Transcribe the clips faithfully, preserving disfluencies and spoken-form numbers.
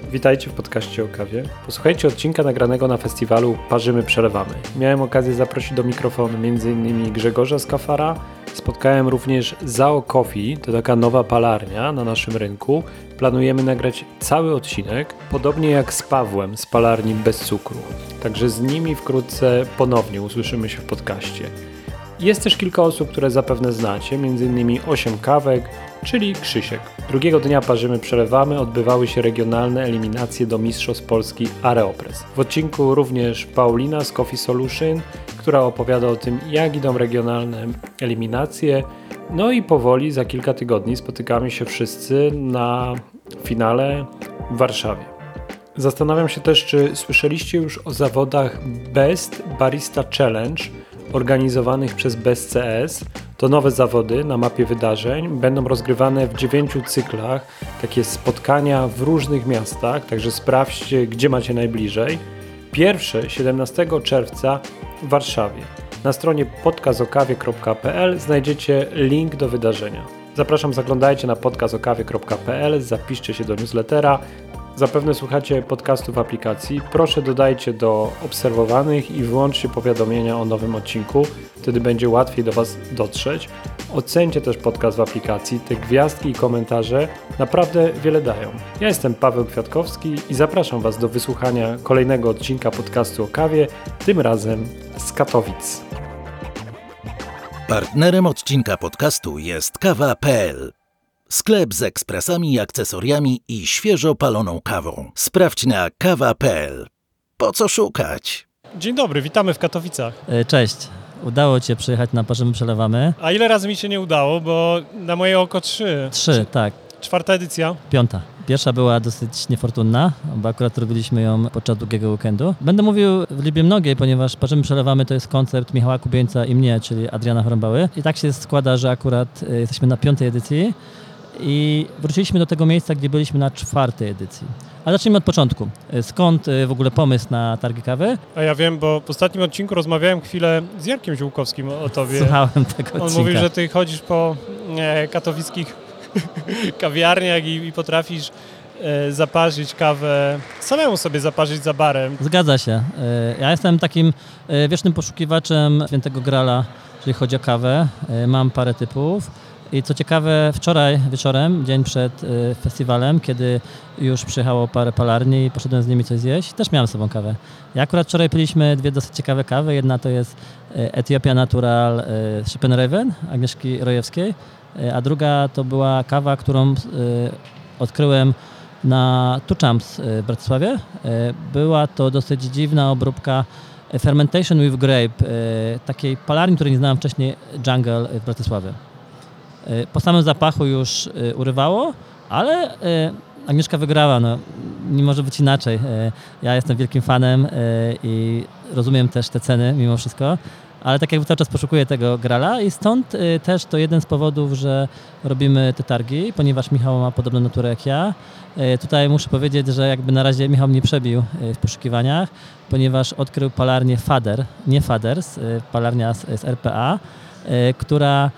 Witajcie w podcaście o kawie. Posłuchajcie odcinka nagranego na festiwalu Parzymy Przelewamy. Miałem okazję zaprosić do mikrofonu m.in. Grzegorza Skafara. Spotkałem również Zao Coffee, to taka nowa palarnia na naszym rynku. Planujemy nagrać cały odcinek, podobnie jak z Pawłem z palarni Bez Cukru. Także z nimi wkrótce ponownie usłyszymy się w podcaście. Jest też kilka osób, które zapewne znacie, m.in. osiem Kawek, czyli Krzysiek. Drugiego dnia Parzymy Przelewamy odbywały się regionalne eliminacje do Mistrzostw Polski Areopress. W odcinku również Paulina z Coffee Solution, która opowiada o tym, jak idą regionalne eliminacje. No i powoli za kilka tygodni spotykamy się wszyscy na finale w Warszawie. Zastanawiam się też, czy słyszeliście już o zawodach Best Barista Challenge organizowanych przez B S C S. To nowe zawody na mapie wydarzeń. Będą rozgrywane w dziewięciu cyklach. Takie spotkania w różnych miastach, także sprawdźcie, gdzie macie najbliżej. Pierwsze siedemnastego czerwca w Warszawie. Na stronie podcast o kawie kropka p l znajdziecie link do wydarzenia. Zapraszam, zaglądajcie na podcast o kawie kropka p l, zapiszcie się do newslettera. Zapewne słuchacie podcastu w aplikacji. Proszę dodajcie do obserwowanych i wyłączcie powiadomienia o nowym odcinku. Wtedy będzie łatwiej do Was dotrzeć. Ocencie też podcast w aplikacji. Te gwiazdki i komentarze naprawdę wiele dają. Ja jestem Paweł Kwiatkowski i zapraszam Was do wysłuchania kolejnego odcinka podcastu o kawie, tym razem z Katowic. Partnerem odcinka podcastu jest kawa kropka p l. Sklep z ekspresami, akcesoriami i świeżo paloną kawą. Sprawdź na kawa kropka p l. Po co szukać? Dzień dobry, witamy w Katowicach. Cześć. Udało Cię przyjechać na Parzymy Przelewamy. A ile razy mi się nie udało, bo na moje oko trzy. Trzy, tak. Czwarta edycja. Piąta. Pierwsza była dosyć niefortunna, bo akurat robiliśmy ją podczas długiego weekendu. Będę mówił w liczbie mnogiej, ponieważ Parzymy Przelewamy to jest koncept Michała Kubieńca i mnie, czyli Adriana Chorąbały. I tak się składa, że akurat jesteśmy na piątej edycji i wróciliśmy do tego miejsca, gdzie byliśmy na czwartej edycji. Ale zacznijmy od początku. Skąd w ogóle pomysł na targi kawy? A ja wiem, bo w ostatnim odcinku rozmawiałem chwilę z Jarkiem Ziółkowskim o tobie. Słuchałem tego odcinka. On mówił, że ty chodzisz po e, katowickich kawiarniach i, i potrafisz e, zaparzyć kawę, samemu sobie zaparzyć za barem. Zgadza się. E, ja jestem takim e, wiecznym poszukiwaczem świętego grala, jeżeli chodzi o kawę. E, mam parę typów. I co ciekawe, wczoraj wieczorem, dzień przed y, festiwalem, kiedy już przyjechało parę palarni i poszedłem z nimi coś zjeść, też miałem z sobą kawę. Ja akurat wczoraj piliśmy dwie dosyć ciekawe kawy. Jedna to jest y, Ethiopia Natural y, Schippenraven Agnieszki Rojewskiej, y, a druga to była kawa, którą y, odkryłem na Two Champs y, w Bratysławie. Y, była to dosyć dziwna obróbka Fermentation with Grape, y, takiej palarni, której nie znałem wcześniej, Jungle w Bratysławie. Po samym zapachu już urywało, ale Agnieszka wygrała, no, nie może być inaczej. Ja jestem wielkim fanem i rozumiem też te ceny mimo wszystko, ale tak jakby cały czas poszukuję tego grala i stąd też to jeden z powodów, że robimy te targi, ponieważ Michał ma podobną naturę jak ja. Tutaj muszę powiedzieć, że jakby na razie Michał mnie przebił w poszukiwaniach, ponieważ odkrył palarnię Fader, nie Faders, palarnia z, z R P A, która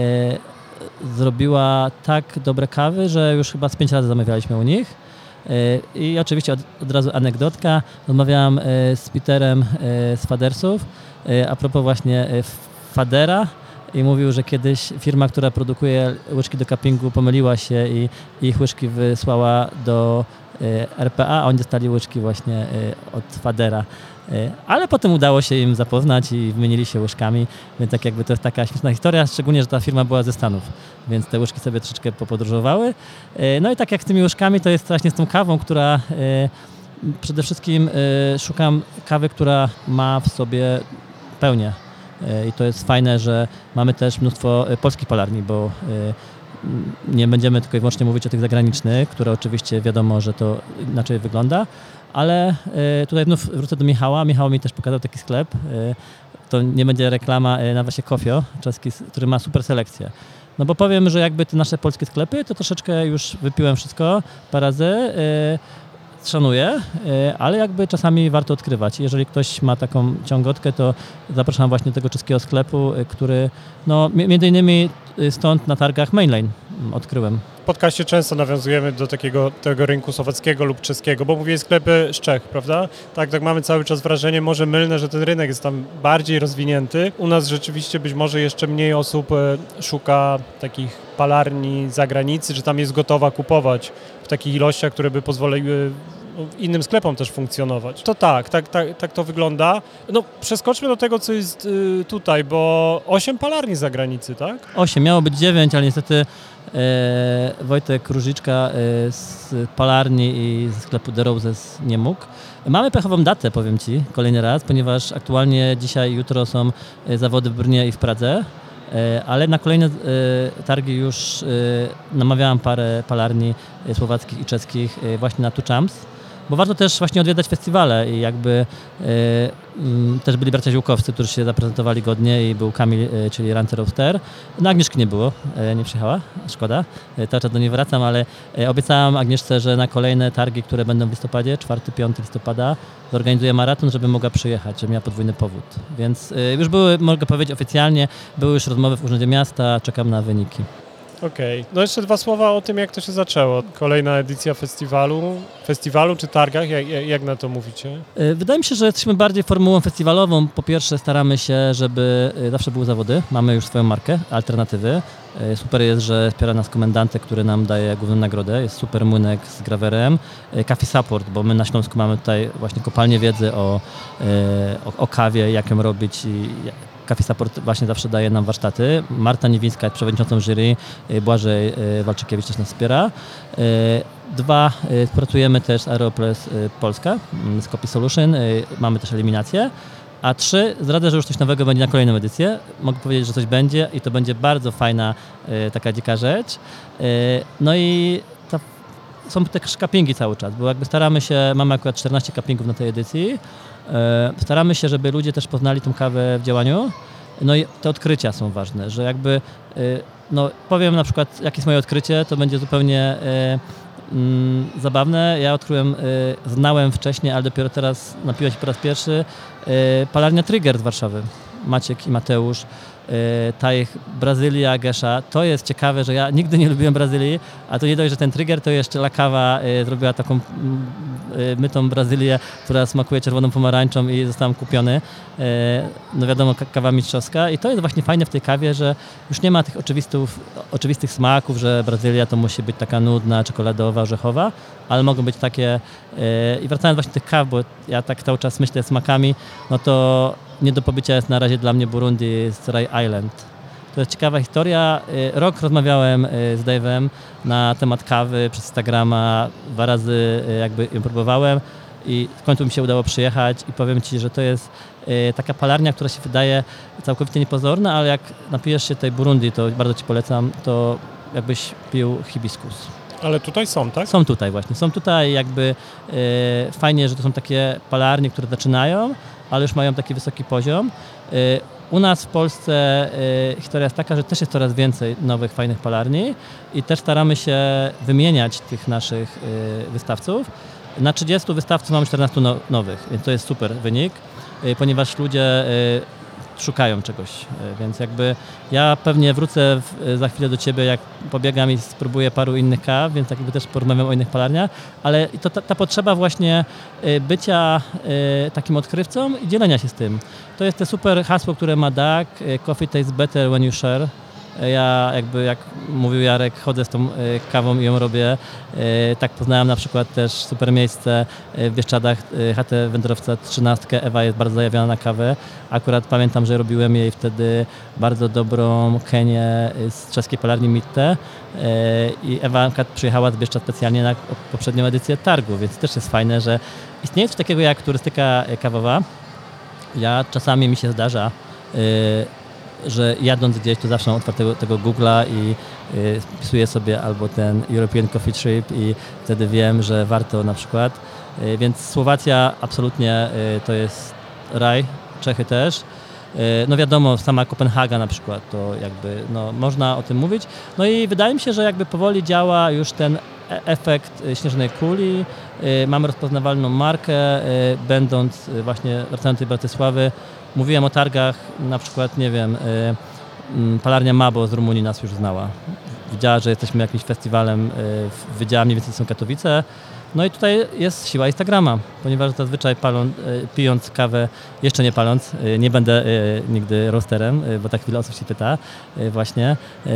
zrobiła tak dobre kawy, że już chyba z pięć razy zamawialiśmy u nich. I oczywiście od, od razu anegdotka. Rozmawiałam z Peterem z Fadersów a propos właśnie Fadera i mówił, że kiedyś firma, która produkuje łyżki do cuppingu, pomyliła się i, i ich łyżki wysłała do R P A, a oni dostali łyżki właśnie od Fadera. Ale potem udało się im zapoznać i wymienili się łyżkami, więc tak jakby to jest taka śmieszna historia, szczególnie, że ta firma była ze Stanów, więc te łyżki sobie troszeczkę popodróżowały. No i tak jak z tymi łyżkami, to jest właśnie z tą kawą, która przede wszystkim szukam kawy, która ma w sobie pełnię. I to jest fajne, że mamy też mnóstwo polskich palarni, bo nie będziemy tylko i wyłącznie mówić o tych zagranicznych, które oczywiście wiadomo, że to inaczej wygląda, ale tutaj znów wrócę do Michała. Michał mi też pokazał taki sklep. To nie będzie reklama, nazywa się Kofio, czeski, który ma super selekcję. No bo powiem, że jakby te nasze polskie sklepy, to troszeczkę już wypiłem wszystko parę razy. Szanuję, ale jakby czasami warto odkrywać. Jeżeli ktoś ma taką ciągotkę, to zapraszam właśnie do tego czeskiego sklepu, który no między innymi stąd na targach Mainline odkryłem. W podcaście często nawiązujemy do takiego tego rynku słowackiego lub czeskiego, bo mówię sklepy z Czech, prawda? Tak, tak mamy cały czas wrażenie, może mylne, że ten rynek jest tam bardziej rozwinięty. U nas rzeczywiście być może jeszcze mniej osób szuka takich palarni z zagranicy, że tam jest gotowa kupować w takich ilościach, które by pozwoliły innym sklepom też funkcjonować. To tak, tak, tak, tak to wygląda. No przeskoczmy do tego, co jest y, tutaj, bo osiem palarni z zagranicy, tak? Osiem, miało być dziewięć, ale niestety e, Wojtek Różyczka e, z palarni i ze sklepu The Roses nie mógł. Mamy pechową datę, powiem Ci, kolejny raz, ponieważ aktualnie dzisiaj i jutro są zawody w Brnie i w Pradze, e, ale na kolejne e, targi już e, namawiałam parę palarni słowackich i czeskich e, właśnie na Two Champs. Bo warto też właśnie odwiedzać festiwale i jakby y, y, też byli bracia Ziółkowscy, którzy się zaprezentowali godnie i był Kamil, y, czyli Rante Roaster. No Agnieszki nie było, y, nie przyjechała, szkoda, y, cały czas do niej wracam, ale y, obiecałam Agnieszce, że na kolejne targi, które będą w listopadzie, czwartego piątego listopada, zorganizuję maraton, żeby mogła przyjechać, żeby miała podwójny powód. Więc y, już były, mogę powiedzieć oficjalnie, były już rozmowy w Urzędzie Miasta, czekam na wyniki. Okej. Okay. No jeszcze dwa słowa o tym, jak to się zaczęło. Kolejna edycja festiwalu, festiwalu czy targach, jak, jak na to mówicie? Wydaje mi się, że jesteśmy bardziej formułą festiwalową. Po pierwsze staramy się, żeby zawsze były zawody. Mamy już swoją markę, Alternatywy. Super jest, że wspiera nas komendantek, który nam daje główną nagrodę. Jest super młynek z grawerem. Coffee Support, bo my na Śląsku mamy tutaj właśnie kopalnię wiedzy o, o, o kawie, jak ją robić i Coffee Support właśnie zawsze daje nam warsztaty. Marta Niewińska jest przewodniczącą jury, Błażej Walczykiewicz też nas wspiera. Dwa, pracujemy też z Aeropress Polska, z Copy Solution, mamy też eliminację. A trzy, zdradzę, że już coś nowego będzie na kolejną edycję. Mogę powiedzieć, że coś będzie i to będzie bardzo fajna taka dzika rzecz. No i to są te cuppingi cały czas, bo jakby staramy się, mamy akurat czternaście cuppingów na tej edycji. Staramy się, żeby ludzie też poznali tą kawę w działaniu. No i te odkrycia są ważne, że jakby, no powiem na przykład, jakie jest moje odkrycie, to będzie zupełnie mm, zabawne. Ja odkryłem, znałem wcześniej, ale dopiero teraz napiłem się po raz pierwszy, palarnia Trigger z Warszawy. Maciek i Mateusz. Ta ich Brazylia, Gesza, to jest ciekawe, że ja nigdy nie lubiłem Brazylii, a to nie dość, że ten Trigger, to jeszcze La Cava y, zrobiła taką y, mytą Brazylię, która smakuje czerwoną pomarańczą i zostałem kupiony. Y, no wiadomo, kawa mistrzowska i to jest właśnie fajne w tej kawie, że już nie ma tych oczywistych, oczywistych smaków, że Brazylia to musi być taka nudna, czekoladowa, orzechowa, ale mogą być takie y, i wracając właśnie do tych kaw, bo ja tak cały czas myślę smakami, no to nie do pobycia jest na razie dla mnie Burundi z Rye Island. To jest ciekawa historia. Rok rozmawiałem z Dave'em na temat kawy przez Instagrama, dwa razy jakby ją próbowałem i w końcu mi się udało przyjechać i powiem Ci, że to jest taka palarnia, która się wydaje całkowicie niepozorna, ale jak napijesz się tej Burundi, to bardzo Ci polecam, to jakbyś pił hibiskus. Ale tutaj są, tak? Są tutaj właśnie. Są tutaj jakby e, fajnie, że to są takie palarnie, które zaczynają, ale już mają taki wysoki poziom. E, u nas w Polsce e, historia jest taka, że też jest coraz więcej nowych, fajnych palarni i też staramy się wymieniać tych naszych e, wystawców. Na trzydziestu wystawców mamy czternastu no, nowych, więc to jest super wynik, e, ponieważ ludzie e, szukają czegoś, więc jakby ja pewnie wrócę w, za chwilę do Ciebie, jak pobiegam i spróbuję paru innych kaw, więc jakby też porozmawiam o innych palarniach, ale to ta, ta potrzeba właśnie bycia takim odkrywcą i dzielenia się z tym. To jest te super hasło, które ma D A C, Coffee tastes better when you share. Ja jakby, jak mówił Jarek, chodzę z tą kawą i ją robię. Tak poznałem na przykład też super miejsce w Bieszczadach, chatę wędrowca trzynastkę. Ewa jest bardzo zajawiona na kawę. Akurat pamiętam, że robiłem jej wtedy bardzo dobrą Kenię z czeskiej palarni Mitte i Ewa przyjechała z Bieszczad specjalnie na poprzednią edycję targu, więc też jest fajne, że istnieje coś takiego jak turystyka kawowa. Ja czasami mi się zdarza, że jadąc gdzieś, to zawsze mam otwartego tego Google'a i y, wpisuję sobie albo ten European Coffee Trip i wtedy wiem, że warto na przykład. Y, więc Słowacja absolutnie y, to jest raj, Czechy też. Y, no wiadomo, sama Kopenhaga na przykład, to jakby no, można o tym mówić. No i wydaje mi się, że jakby powoli działa już ten efekt śnieżnej kuli. Y, mamy rozpoznawalną markę, y, będąc y, właśnie wracając do Bratysławy. Mówiłem o targach, na przykład, nie wiem, y, y, palarnia Mabo z Rumunii nas już znała. widziała, że jesteśmy jakimś festiwalem, y, wiedziała mniej więcej, co są Katowice. No i tutaj jest siła Instagrama, ponieważ zazwyczaj palą, y, pijąc kawę, jeszcze nie paląc, y, nie będę y, nigdy roasterem, y, bo tak wiele osób się pyta y, właśnie. Y,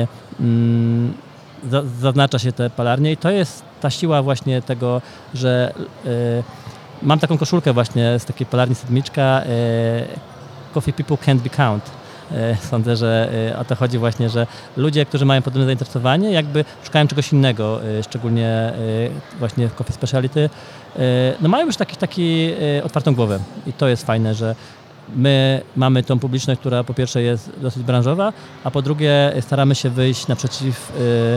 mm, za, zaznacza się te palarnie i to jest ta siła właśnie tego, że y, mam taką koszulkę właśnie z takiej palarni Sedmiczka, y, Coffee People Can't Be Count. Sądzę, że o to chodzi właśnie, że ludzie, którzy mają podobne zainteresowanie, jakby szukają czegoś innego, szczególnie właśnie w Coffee Speciality, no mają już taki, taki otwartą głowę i to jest fajne, że my mamy tą publiczność, która po pierwsze jest dosyć branżowa, a po drugie staramy się wyjść naprzeciw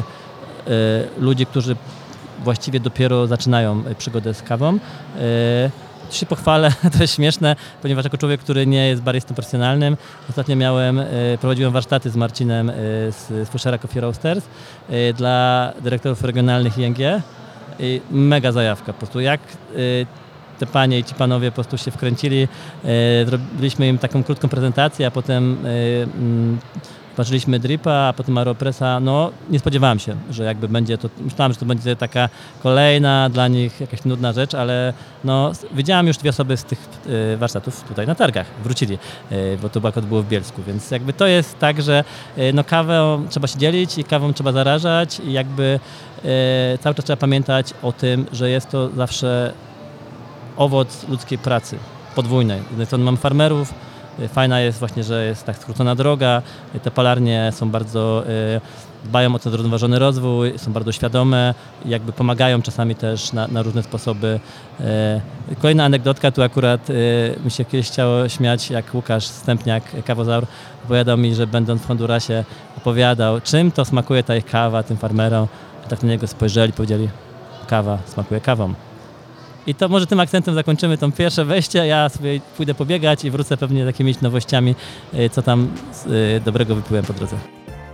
ludzi, którzy właściwie dopiero zaczynają przygodę z kawą. Tu się pochwalę, to jest śmieszne, ponieważ jako człowiek, który nie jest baristą profesjonalnym, ostatnio miałem, prowadziłem warsztaty z Marcinem z Fushera Coffee Roasters dla dyrektorów regionalnych I N G i mega zajawka, po prostu jak te panie i ci panowie po prostu się wkręcili, zrobiliśmy im taką krótką prezentację, a potem patrzyliśmy dripa, a potem Aeropressa. No nie spodziewałem się, że jakby będzie to, myślałem, że to będzie taka kolejna dla nich jakaś nudna rzecz, ale no widziałem już dwie osoby z tych y, warsztatów tutaj na targach, wrócili, y, bo to akurat było w Bielsku, więc jakby to jest tak, że y, no kawę trzeba się dzielić i kawą trzeba zarażać i jakby y, cały czas trzeba pamiętać o tym, że jest to zawsze owoc ludzkiej pracy, podwójnej. Z jednej strony mam farmerów, fajna jest właśnie, że jest tak skrócona droga, te palarnie są bardzo, dbają o ten zrównoważony rozwój, są bardzo świadome i jakby pomagają czasami też na, na różne sposoby. Kolejna anegdotka, tu akurat mi się kiedyś chciało śmiać, jak Łukasz Stępniak, kawozaur, opowiadał mi, że będąc w Hondurasie opowiadał, czym to smakuje ta ich kawa tym farmerom. Tak na niego spojrzeli, powiedzieli, kawa smakuje kawą. I to może tym akcentem zakończymy to pierwsze wejście. Ja sobie pójdę pobiegać i wrócę pewnie z jakimiś nowościami, co tam dobrego wypiłem po drodze.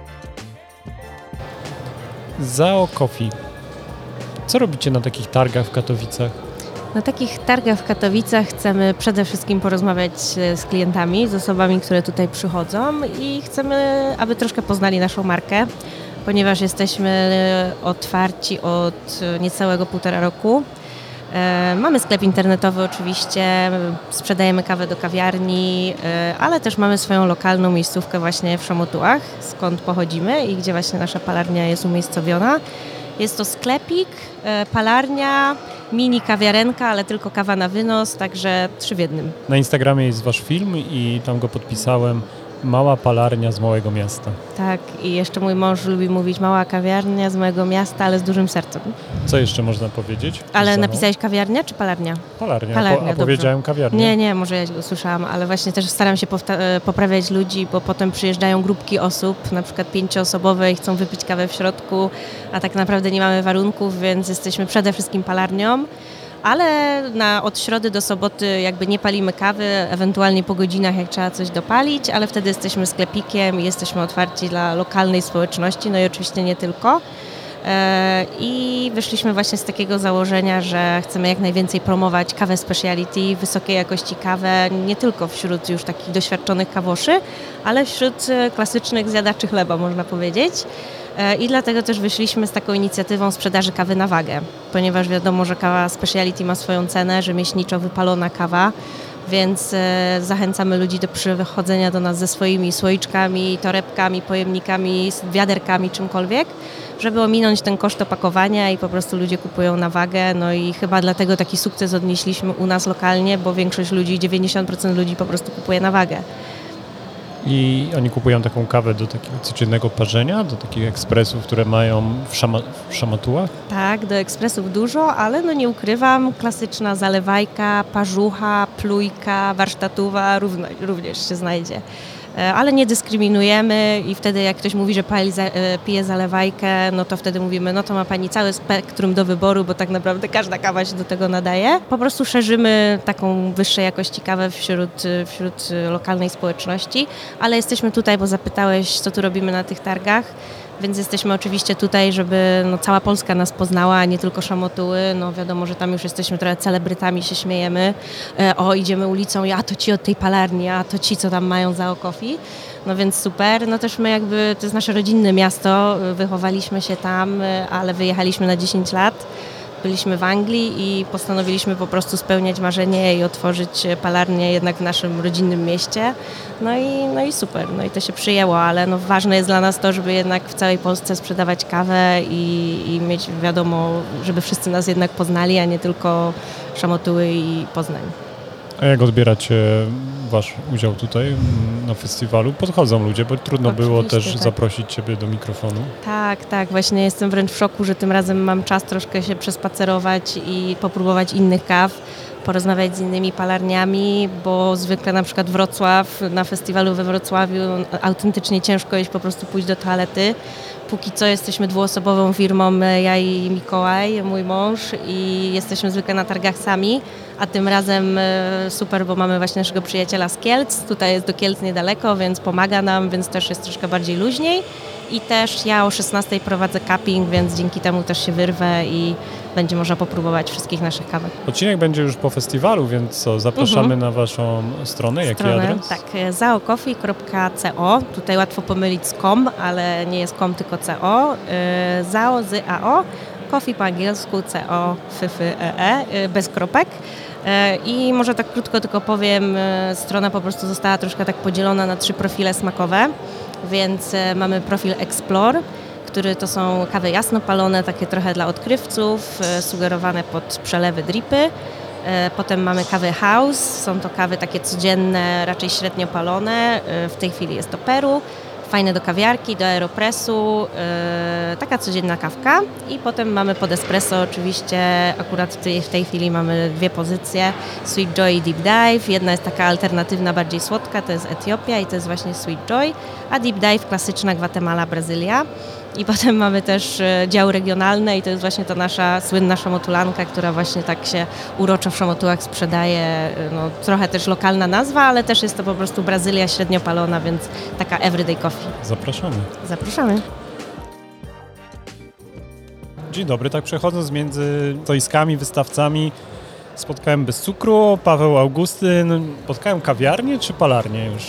Zao Coffee. Co robicie na takich targach w Katowicach? Na takich targach w Katowicach chcemy przede wszystkim porozmawiać z klientami, z osobami, które tutaj przychodzą i chcemy, aby troszkę poznali naszą markę, ponieważ jesteśmy otwarci od niecałego półtora roku. Mamy sklep internetowy oczywiście, sprzedajemy kawę do kawiarni, ale też mamy swoją lokalną miejscówkę właśnie w Szamotułach, skąd pochodzimy i gdzie właśnie nasza palarnia jest umiejscowiona. Jest to sklepik, palarnia, mini kawiarenka, ale tylko kawa na wynos, także trzy w jednym. Na Instagramie jest wasz film i tam go podpisałem. Mała palarnia z małego miasta. Tak, i jeszcze mój mąż lubi mówić mała kawiarnia z małego miasta, ale z dużym sercem. Co jeszcze można powiedzieć? Ale napisałeś kawiarnia czy palarnia? Palarnia, palarnia a po, powiedziałem kawiarnia. Nie, nie, może ja źle usłyszałam, ale właśnie też staram się poprawiać ludzi, bo potem przyjeżdżają grupki osób, na przykład pięcioosobowe i chcą wypić kawę w środku, a tak naprawdę nie mamy warunków, więc jesteśmy przede wszystkim palarnią. Ale na, od środy do soboty jakby nie palimy kawy, ewentualnie po godzinach jak trzeba coś dopalić, ale wtedy jesteśmy sklepikiem i jesteśmy otwarci dla lokalnej społeczności, no i oczywiście nie tylko. E, I wyszliśmy właśnie z takiego założenia, że chcemy jak najwięcej promować kawę speciality, wysokiej jakości kawę, nie tylko wśród już takich doświadczonych kawoszy, ale wśród klasycznych zjadaczy chleba, można powiedzieć. I dlatego też wyszliśmy z taką inicjatywą sprzedaży kawy na wagę, ponieważ wiadomo, że kawa speciality ma swoją cenę, rzemieślniczo wypalona kawa, więc zachęcamy ludzi do przychodzenia do nas ze swoimi słoiczkami, torebkami, pojemnikami, wiaderkami, czymkolwiek, żeby ominąć ten koszt opakowania i po prostu ludzie kupują na wagę. No i chyba dlatego taki sukces odnieśliśmy u nas lokalnie, bo większość ludzi, dziewięćdziesiąt procent ludzi po prostu kupuje na wagę. I oni kupują taką kawę do takiego codziennego parzenia, do takich ekspresów, które mają w, szama, w Szamatułach? Tak, do ekspresów dużo, ale no nie ukrywam, klasyczna zalewajka, parzucha, plujka, warsztatowa równo, również się znajdzie. Ale nie dyskryminujemy i wtedy jak ktoś mówi, że pali, pije zalewajkę, no to wtedy mówimy, no to ma pani całe spektrum do wyboru, bo tak naprawdę każda kawa się do tego nadaje. Po prostu szerzymy taką wyższej jakości kawę wśród, wśród lokalnej społeczności, ale jesteśmy tutaj, bo zapytałeś, co tu robimy na tych targach. Więc jesteśmy oczywiście tutaj, żeby no, cała Polska nas poznała, a nie tylko Szamotuły. No wiadomo, że tam już jesteśmy trochę celebrytami, się śmiejemy. E, o, idziemy ulicą i a to ci od tej palarni, a to ci, co tam mają Zao Coffee. no więc super. No też my jakby, to jest nasze rodzinne miasto, wychowaliśmy się tam, ale wyjechaliśmy na dziesięć lat. Byliśmy w Anglii i postanowiliśmy po prostu spełniać marzenie i otworzyć palarnię jednak w naszym rodzinnym mieście. No i, no i super, no i to się przyjęło, ale no ważne jest dla nas to, żeby jednak w całej Polsce sprzedawać kawę i, i mieć wiadomo, żeby wszyscy nas jednak poznali, a nie tylko Szamotuły i Poznań. A jak odbieracie wasz udział tutaj na festiwalu? Podchodzą ludzie, bo trudno Oczywiście, było też tak. zaprosić ciebie do mikrofonu. Tak, tak, właśnie jestem wręcz w szoku, że tym razem mam czas troszkę się przespacerować i popróbować innych kaw, porozmawiać z innymi palarniami, bo zwykle na przykład Wrocław, na festiwalu we Wrocławiu autentycznie ciężko jest po prostu pójść do toalety. Póki co jesteśmy dwuosobową firmą, ja i Mikołaj, mój mąż, i jesteśmy zwykle na targach sami, a tym razem super, bo mamy właśnie naszego przyjaciela z Kielc, tutaj jest do Kielc niedaleko, więc pomaga nam, więc też jest troszkę bardziej luźniej. I też ja o szesnastej prowadzę cupping, więc dzięki temu też się wyrwę i będzie można popróbować wszystkich naszych kawek. Odcinek będzie już po festiwalu, więc co, zapraszamy uh-huh. na waszą stronę. Jaki Stronę, adres? Tak, zao coffee kropka co. Tutaj łatwo pomylić z com, ale nie jest com, tylko co. Zao z A O, coffee po angielsku, co, f, e, e, bez kropek. I może tak krótko tylko powiem, strona po prostu została troszkę tak podzielona na trzy profile smakowe, więc mamy profil Explore, który to są kawy jasnopalone, takie trochę dla odkrywców, sugerowane pod przelewy dripy. Potem mamy kawy House, są to kawy takie codzienne, raczej średnio palone, w tej chwili jest to Peru. Fajne do kawiarki, do aeropresu, yy, taka codzienna kawka. I potem mamy pod espresso oczywiście, akurat w tej, w tej chwili mamy dwie pozycje, Sweet Joy i Deep Dive. Jedna jest taka alternatywna, bardziej słodka, to jest Etiopia i to jest właśnie Sweet Joy, a Deep Dive klasyczna Gwatemala, Brazylia. I potem mamy też dział regionalny i to jest właśnie ta nasza słynna szamotulanka, która właśnie tak się uroczo w Szamotułach sprzedaje. No, trochę też lokalna nazwa, ale też jest to po prostu Brazylia średnio palona, więc taka everyday coffee. Zapraszamy. Zapraszamy. Dzień dobry, tak przechodząc między stoiskami, wystawcami, spotkałem Bez Cukru, Paweł Augustyn. Spotkałem kawiarnię czy palarnię już?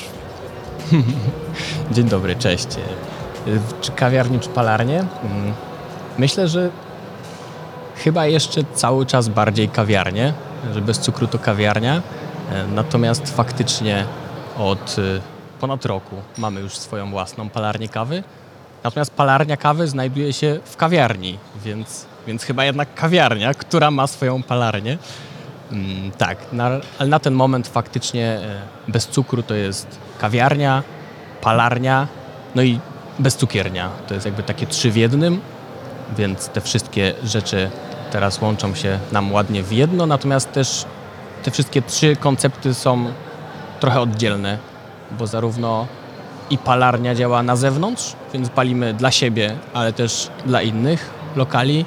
Dzień dobry, cześć. Czy kawiarnię, czy palarnię? Myślę, że chyba jeszcze cały czas bardziej kawiarnię, że Bez Cukru to kawiarnia. Natomiast faktycznie od ponad roku mamy już swoją własną palarnię kawy. Natomiast palarnia kawy znajduje się w kawiarni, więc, więc chyba jednak kawiarnia, która ma swoją palarnię. Mm, tak, na, ale na ten moment faktycznie Bez Cukru to jest kawiarnia, palarnia, no i bezcukiernia. To jest jakby takie trzy w jednym, więc te wszystkie rzeczy teraz łączą się nam ładnie w jedno, natomiast też te wszystkie trzy koncepty są trochę oddzielne, bo zarówno i palarnia działa na zewnątrz, więc palimy dla siebie, ale też dla innych lokali.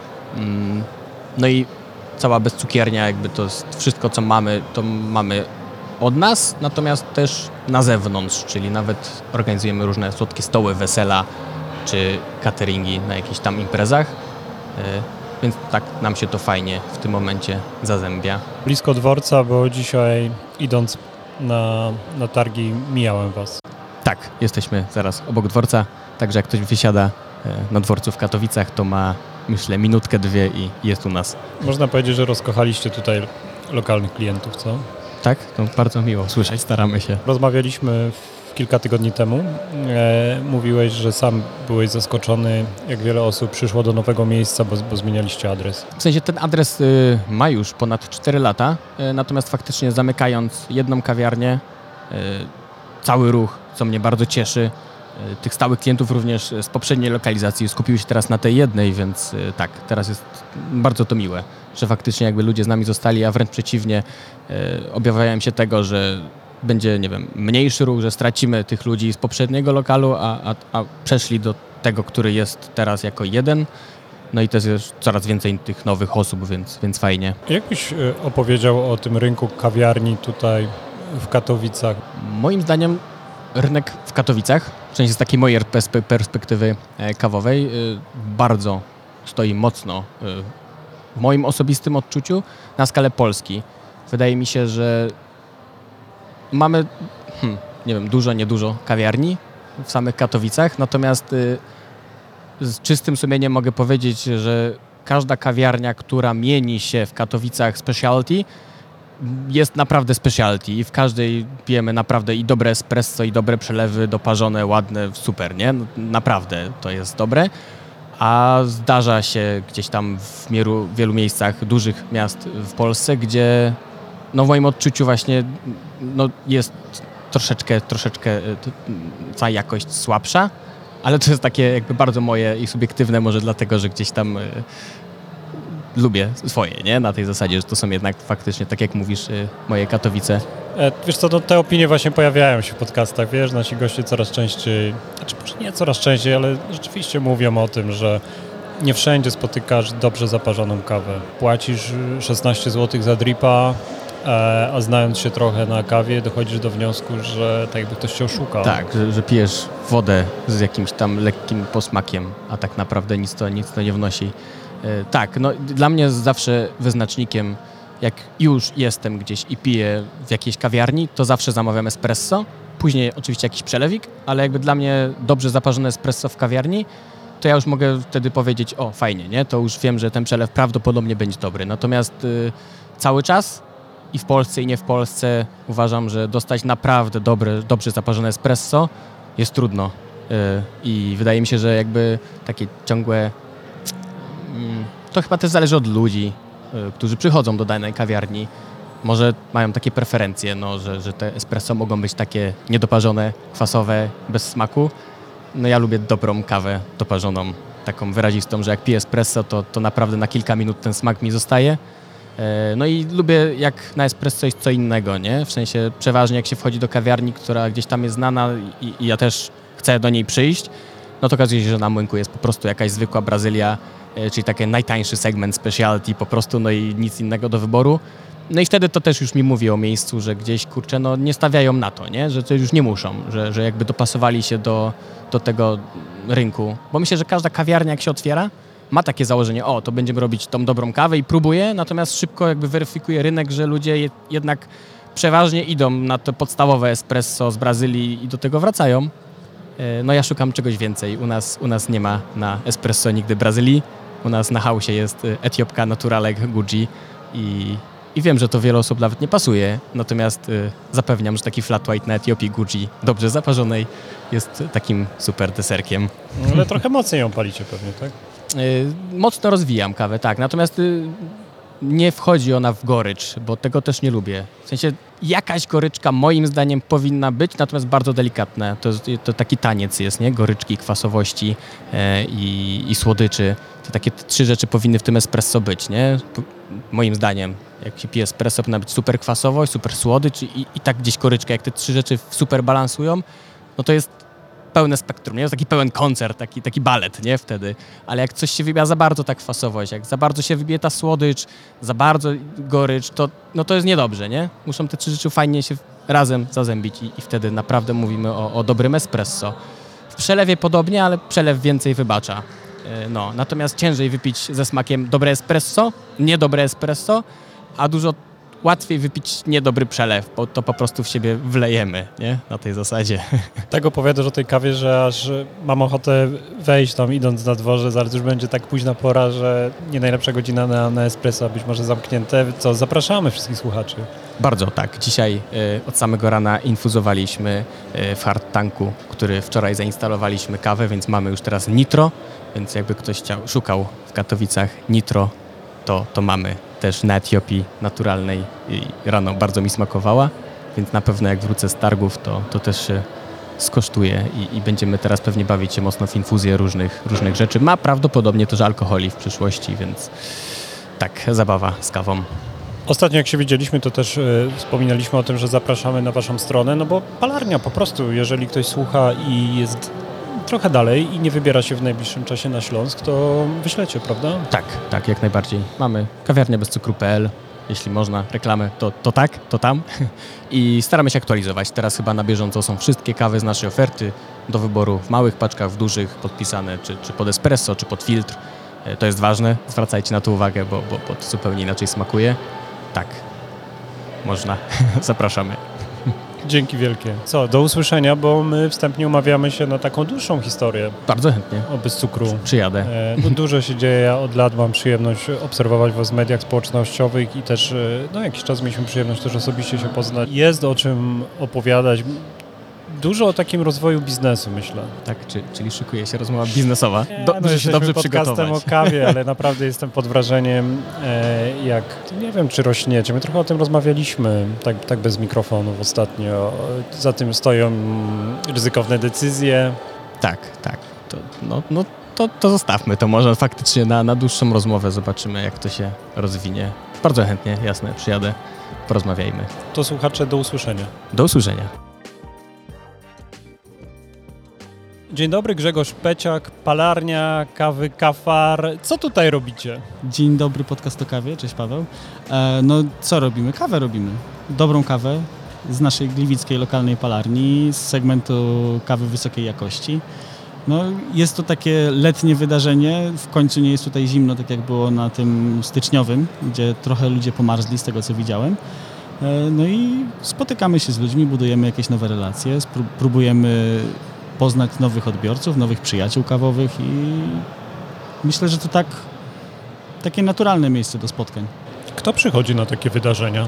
No i cała bezcukiernia, jakby to jest wszystko, co mamy, to mamy od nas, natomiast też na zewnątrz, czyli nawet organizujemy różne słodkie stoły, wesela czy cateringi na jakichś tam imprezach, więc tak nam się to fajnie w tym momencie zazębia. Blisko dworca, bo dzisiaj idąc na, na targi mijałem was. Tak, jesteśmy zaraz obok dworca, także jak ktoś wysiada na dworcu w Katowicach, to ma, myślę, minutkę, dwie i jest u nas. Można powiedzieć, że rozkochaliście tutaj lokalnych klientów, co? Tak, to bardzo miło słyszeć, staramy się. Rozmawialiśmy kilka tygodni temu. E, mówiłeś, że sam byłeś zaskoczony, jak wiele osób przyszło do nowego miejsca, bo, bo zmienialiście adres. W sensie ten adres y, ma już ponad cztery lata, y, natomiast faktycznie zamykając jedną kawiarnię, y, cały ruch, co mnie bardzo cieszy, y, tych stałych klientów również z poprzedniej lokalizacji skupiły się teraz na tej jednej, więc y, tak, teraz jest bardzo to miłe, że faktycznie jakby ludzie z nami zostali, a wręcz przeciwnie, y, objawiają się tego, że będzie, nie wiem, mniejszy ruch, że stracimy tych ludzi z poprzedniego lokalu, a, a, a przeszli do tego, który jest teraz jako jeden. No i też jest coraz więcej tych nowych osób, więc, więc fajnie. Jak byś opowiedział o tym rynku kawiarni tutaj w Katowicach? Moim zdaniem rynek w Katowicach, w sensie z takiej mojej perspektywy kawowej, bardzo stoi mocno w moim osobistym odczuciu na skalę Polski. Wydaje mi się, że mamy... Hmm, nie wiem, dużo, niedużo kawiarni w samych Katowicach, natomiast y, z czystym sumieniem mogę powiedzieć, że każda kawiarnia, która mieni się w Katowicach specialty, jest naprawdę specialty i w każdej pijemy naprawdę i dobre espresso, i dobre przelewy, doparzone, ładne, super, nie? No, naprawdę to jest dobre. A zdarza się gdzieś tam w mielu, wielu miejscach dużych miast w Polsce, gdzie no w moim odczuciu właśnie no jest troszeczkę, troszeczkę ta jakość słabsza, ale to jest takie jakby bardzo moje i subiektywne, może dlatego, że gdzieś tam y, lubię swoje, nie? Na tej zasadzie, że to są jednak faktycznie, tak jak mówisz, y, moje Katowice. E, wiesz co, no, te opinie właśnie pojawiają się w podcastach, wiesz, nasi goście coraz częściej, znaczy może nie coraz częściej, ale rzeczywiście mówią o tym, że nie wszędzie spotykasz dobrze zaparzoną kawę. Płacisz szesnaście złotych za dripa, e, a znając się trochę na kawie, dochodzisz do wniosku, że tak jakby ktoś cię oszukał. Tak, że, że pijesz wodę z jakimś tam lekkim posmakiem, a tak naprawdę nic to, nic to nie wnosi. E, tak, no dla mnie zawsze wyznacznikiem, jak już jestem gdzieś i piję w jakiejś kawiarni, to zawsze zamawiam espresso, później oczywiście jakiś przelewik, ale jakby dla mnie dobrze zaparzone espresso w kawiarni, to ja już mogę wtedy powiedzieć, o fajnie, nie? To już wiem, że ten przelew prawdopodobnie będzie dobry. Natomiast y, cały czas i w Polsce, i nie w Polsce uważam, że dostać naprawdę dobre, dobrze zaparzone espresso jest trudno. Y, I wydaje mi się, że jakby takie ciągłe... Y, to chyba też zależy od ludzi, y, którzy przychodzą do danej kawiarni. Może mają takie preferencje, no, że, że te espresso mogą być takie niedoparzone, kwasowe, bez smaku. No ja lubię dobrą kawę doparzoną, taką wyrazistą, że jak piję espresso, to, to naprawdę na kilka minut ten smak mi zostaje. No i lubię jak na espresso jest co innego, nie? W sensie przeważnie jak się wchodzi do kawiarni, która gdzieś tam jest znana i, i ja też chcę do niej przyjść, no to okazuje się, że na Młynku jest po prostu jakaś zwykła Brazylia, czyli taki najtańszy segment specialty po prostu, no i nic innego do wyboru. No i wtedy to też już mi mówi o miejscu, że gdzieś, kurczę, no nie stawiają na to, nie? Że to już nie muszą, że, że jakby dopasowali się do, do tego rynku. Bo myślę, że każda kawiarnia, jak się otwiera, ma takie założenie, o, to będziemy robić tą dobrą kawę i próbuje, natomiast szybko jakby weryfikuje rynek, że ludzie je, jednak przeważnie idą na to podstawowe espresso z Brazylii i do tego wracają. No ja szukam czegoś więcej. U nas, u nas nie ma na espresso nigdy Brazylii. U nas na hausie jest Etiopka, Naturalek, Gucci i... I wiem, że to wiele osób nawet nie pasuje, natomiast y, zapewniam, że taki flat white na Etiopii Gucci, dobrze zaparzonej, jest takim super deserkiem. No, ale trochę mocniej ją palicie pewnie, tak? Y, mocno rozwijam kawę, tak, natomiast y, nie wchodzi ona w gorycz, bo tego też nie lubię. W sensie jakaś goryczka moim zdaniem powinna być, natomiast bardzo delikatna. To, to taki taniec jest, nie? Goryczki, kwasowości e, i, i słodyczy. To takie trzy rzeczy powinny w tym espresso być, nie? Po, moim zdaniem. Jak się pije espresso, powinna być super kwasowość, super słodycz i, i tak gdzieś goryczka. Jak te trzy rzeczy super balansują, no to jest pełne spektrum, nie? To taki pełen koncert, taki, taki balet, nie? Wtedy. Ale jak coś się wybija za bardzo ta kwasowość, jak za bardzo się wybije ta słodycz, za bardzo gorycz, to, no to jest niedobrze, nie? Muszą te trzy rzeczy fajnie się razem zazębić i, i wtedy naprawdę mówimy o, o dobrym espresso. W przelewie podobnie, ale przelew więcej wybacza. No, natomiast ciężej wypić ze smakiem dobre espresso, niedobre espresso, a dużo łatwiej wypić niedobry przelew, bo to po prostu w siebie wlejemy, nie? Na tej zasadzie. Tak opowiadasz o tej kawie, że aż mam ochotę wejść tam idąc na dworze, zaraz już będzie tak późna pora, że nie najlepsza godzina na, na espresso, a być może zamknięte. Co, zapraszamy wszystkich słuchaczy. Bardzo, tak. Dzisiaj y, od samego rana infuzowaliśmy y, w hard tanku, który wczoraj zainstalowaliśmy kawę, więc mamy już teraz nitro, więc jakby ktoś chciał, szukał w Katowicach nitro, to, to mamy też na Etiopii naturalnej i rano bardzo mi smakowała, więc na pewno jak wrócę z targów, to, to też się skosztuję i, i będziemy teraz pewnie bawić się mocno w infuzję różnych, różnych rzeczy. Ma prawdopodobnie też alkoholi w przyszłości, więc tak, zabawa z kawą. Ostatnio jak się widzieliśmy, to też y, wspominaliśmy o tym, że zapraszamy na waszą stronę, no bo palarnia po prostu, jeżeli ktoś słucha i jest trochę dalej i nie wybiera się w najbliższym czasie na Śląsk, to wyślecie, prawda? Tak, tak, jak najbardziej. Mamy kawiarnię bez cukru kropka p l, jeśli można, reklamę, to, to tak, to tam. I staramy się aktualizować. Teraz chyba na bieżąco są wszystkie kawy z naszej oferty do wyboru w małych paczkach, w dużych, podpisane czy, czy pod espresso, czy pod filtr. To jest ważne, zwracajcie na to uwagę, bo, bo, bo to zupełnie inaczej smakuje. Tak, można, zapraszamy. Dzięki wielkie. Co, do usłyszenia, bo my wstępnie umawiamy się na taką dłuższą historię Bardzo chętnie. o bez cukru. Przyjadę. E, no, dużo się dzieje, ja od lat mam przyjemność obserwować was w mediach społecznościowych i też, e, no jakiś czas mieliśmy przyjemność też osobiście się poznać. Jest o czym opowiadać. Dużo o takim rozwoju biznesu, myślę. Tak, czy, czyli szykuje się rozmowa biznesowa. Do, no, muszę się jesteśmy dobrze podcastem przygotować. o kawie, ale naprawdę jestem pod wrażeniem, e, jak, nie wiem, czy rośniecie. My trochę o tym rozmawialiśmy, tak, tak bez mikrofonów ostatnio. Za tym stoją ryzykowne decyzje. Tak, tak. To, no, no, to, to zostawmy to może faktycznie na, na dłuższą rozmowę. Zobaczymy, jak to się rozwinie. Bardzo chętnie, jasne, przyjadę. Porozmawiajmy. To słuchacze, do usłyszenia. Do usłyszenia. Dzień dobry, Grzegorz Peciak, palarnia kawy Kafar. Co tutaj robicie? Dzień dobry, podcast o kawie. Cześć Paweł. E, no co robimy? Kawę robimy. Dobrą kawę z naszej gliwickiej lokalnej palarni, z segmentu kawy wysokiej jakości. No, jest to takie letnie wydarzenie. W końcu nie jest tutaj zimno, tak jak było na tym styczniowym, gdzie trochę ludzie pomarzli z tego, co widziałem. E, no i spotykamy się z ludźmi, budujemy jakieś nowe relacje, spró- próbujemy poznać nowych odbiorców, nowych przyjaciół kawowych i myślę, że to tak takie naturalne miejsce do spotkań. Kto przychodzi na takie wydarzenia?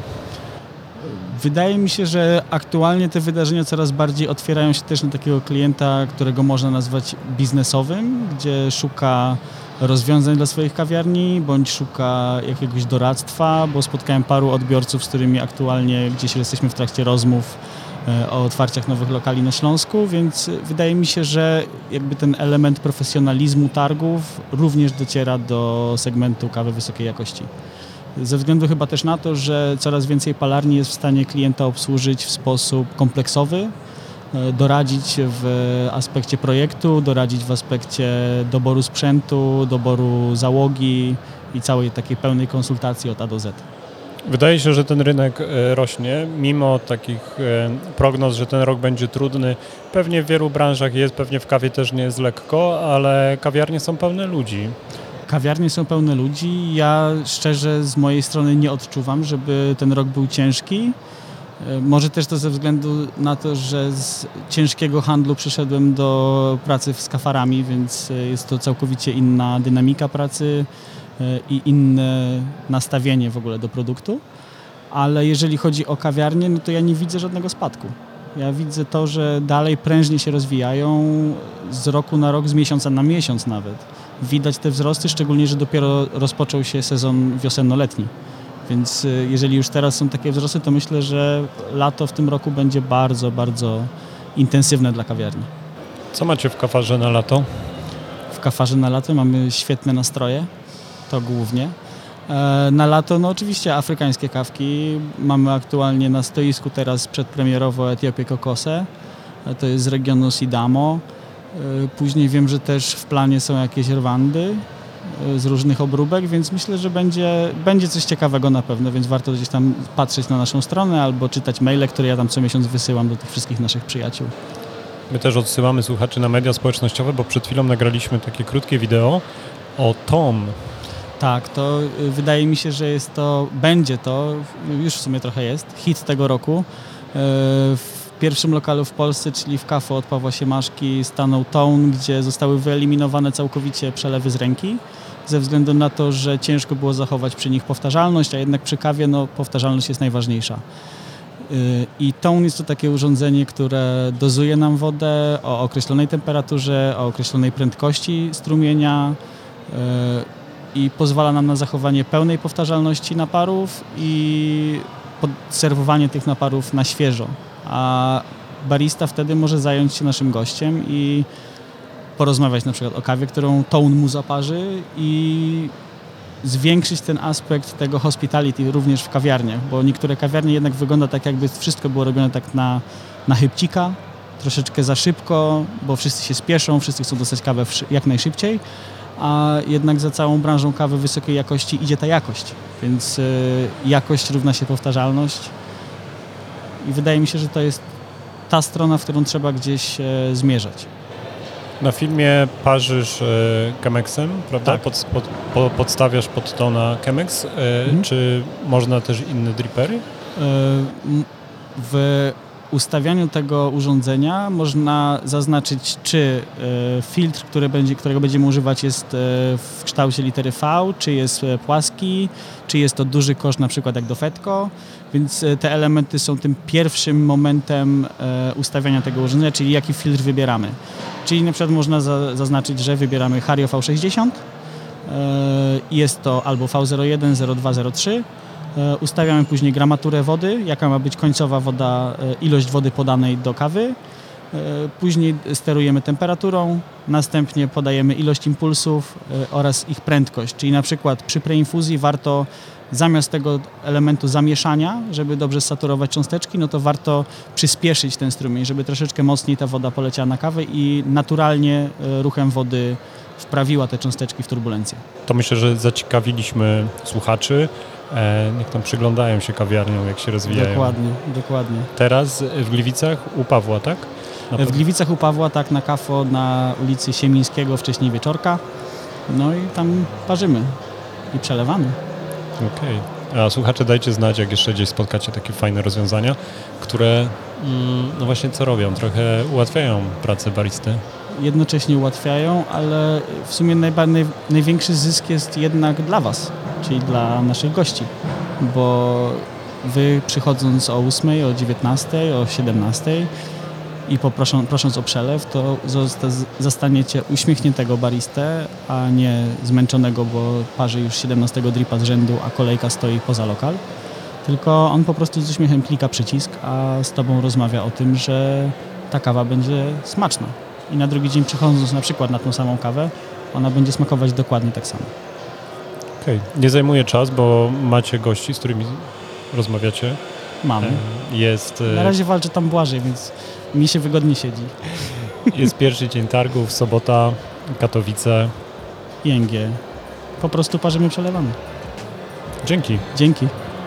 Wydaje mi się, że aktualnie te wydarzenia coraz bardziej otwierają się też na takiego klienta, którego można nazwać biznesowym, gdzie szuka rozwiązań dla swoich kawiarni, bądź szuka jakiegoś doradztwa, bo spotkałem paru odbiorców, z którymi aktualnie gdzieś jesteśmy w trakcie rozmów o otwarciach nowych lokali na Śląsku, więc wydaje mi się, że jakby ten element profesjonalizmu targów również dociera do segmentu kawy wysokiej jakości. Ze względu chyba też na to, że coraz więcej palarni jest w stanie klienta obsłużyć w sposób kompleksowy, doradzić w aspekcie projektu, doradzić w aspekcie doboru sprzętu, doboru załogi i całej takiej pełnej konsultacji od A do Z. Wydaje się, że ten rynek e, rośnie, mimo takich e, prognoz, że ten rok będzie trudny. Pewnie w wielu branżach jest, pewnie w kawie też nie jest lekko, ale kawiarnie są pełne ludzi. Kawiarnie są pełne ludzi. Ja szczerze z mojej strony nie odczuwam, żeby ten rok był ciężki. E, Może też to ze względu na to, że z ciężkiego handlu przyszedłem do pracy z kafarami, więc e, jest to całkowicie inna dynamika pracy i inne nastawienie w ogóle do produktu, ale jeżeli chodzi o kawiarnię, no to ja nie widzę żadnego spadku. Ja widzę to, że dalej prężnie się rozwijają z roku na rok, z miesiąca na miesiąc nawet. Widać te wzrosty, szczególnie, że dopiero rozpoczął się sezon wiosenno-letni. Więc jeżeli już teraz są takie wzrosty, to myślę, że lato w tym roku będzie bardzo, bardzo intensywne dla kawiarni. Co macie w kafarze na lato? W kafarze na lato mamy świetne nastroje. To głównie. Na lato, no oczywiście afrykańskie kawki. Mamy aktualnie na stoisku teraz przedpremierowo Etiopię Kokosę. To jest z regionu Sidamo. Później wiem, że też w planie są jakieś Rwandy z różnych obróbek, więc myślę, że będzie, będzie coś ciekawego na pewno, więc warto gdzieś tam patrzeć na naszą stronę albo czytać maile, które ja tam co miesiąc wysyłam do tych wszystkich naszych przyjaciół. My też odsyłamy słuchaczy na media społecznościowe, bo przed chwilą nagraliśmy takie krótkie wideo o Tom. Tak, to wydaje mi się, że jest to, będzie to, już w sumie trochę jest, hit tego roku. W pierwszym lokalu w Polsce, czyli w Kafo od Pawła Siemaszki, stanął Tone, gdzie zostały wyeliminowane całkowicie przelewy z ręki, ze względu na to, że ciężko było zachować przy nich powtarzalność, a jednak przy kawie no, powtarzalność jest najważniejsza. I Tone jest to takie urządzenie, które dozuje nam wodę o określonej temperaturze, o określonej prędkości strumienia, i pozwala nam na zachowanie pełnej powtarzalności naparów i serwowanie tych naparów na świeżo. A barista wtedy może zająć się naszym gościem i porozmawiać na przykład o kawie, którą Tone mu zaparzy i zwiększyć ten aspekt tego hospitality również w kawiarniach, bo niektóre kawiarnie jednak wygląda tak, jakby wszystko było robione tak na, na chybcika, troszeczkę za szybko, bo wszyscy się spieszą, wszyscy chcą dostać kawę jak najszybciej, a jednak za całą branżą kawy wysokiej jakości idzie ta jakość, więc y, jakość równa się powtarzalność i wydaje mi się, że to jest ta strona, w którą trzeba gdzieś y, zmierzać. Na filmie parzysz y, Chemexem, prawda? Tak. Pod, pod, po, podstawiasz pod to na Chemex. Y, mhm. Czy można też inne drippery? Y, w ustawianiu tego urządzenia można zaznaczyć, czy e, filtr, który będzie, którego będziemy używać, jest e, w kształcie litery V, czy jest e, płaski, czy jest to duży kosz, na przykład jak do Fetco, więc e, te elementy są tym pierwszym momentem e, ustawiania tego urządzenia, czyli jaki filtr wybieramy. Czyli na przykład można za, zaznaczyć, że wybieramy Hario V sześćdziesiąt, e, jest to albo V zero jeden, zero dwa, zero trzy. Ustawiamy później gramaturę wody, jaka ma być końcowa woda, ilość wody podanej do kawy. Później sterujemy temperaturą, następnie podajemy ilość impulsów oraz ich prędkość. Czyli na przykład przy preinfuzji warto zamiast tego elementu zamieszania, żeby dobrze saturować cząsteczki, no to warto przyspieszyć ten strumień, żeby troszeczkę mocniej ta woda poleciała na kawę i naturalnie ruchem wody wprawiła te cząsteczki w turbulencję. To myślę, że zaciekawiliśmy słuchaczy. E, niech tam przyglądają się kawiarniom, jak się rozwijają. Dokładnie, dokładnie. Teraz w Gliwicach u Pawła, tak? Na w Gliwicach u Pawła, tak, na Kafo na ulicy Siemińskiego, wcześniej Wieczorka. No i tam parzymy i przelewamy. Okej. Okay. A słuchacze, dajcie znać, jak jeszcze gdzieś spotkacie takie fajne rozwiązania, które mm, no właśnie co robią? Trochę ułatwiają pracę baristy. Jednocześnie ułatwiają, ale w sumie najba, naj, największy zysk jest jednak dla Was, czyli dla naszych gości, bo Wy przychodząc o ósmej, o dziewiętnastej, o siedemnastej i poproszą, prosząc o przelew, to zosta, zastaniecie uśmiechniętego baristę, a nie zmęczonego, bo parzy już siedemnastego dripa z rzędu, a kolejka stoi poza lokal. Tylko on po prostu z uśmiechem klika przycisk, a z Tobą rozmawia o tym, że ta kawa będzie smaczna. I na drugi dzień przychodząc na przykład na tą samą kawę, ona będzie smakować dokładnie tak samo. Okej. Okay. Nie zajmuje czas, bo macie gości, z którymi rozmawiacie. Mamy. Jest... Na razie walczę tam Błażej, więc mi się wygodnie siedzi. Jest pierwszy dzień targów, sobota, Katowice. I N G. Po prostu parzymy, przelewamy. Dzięki. Dzięki.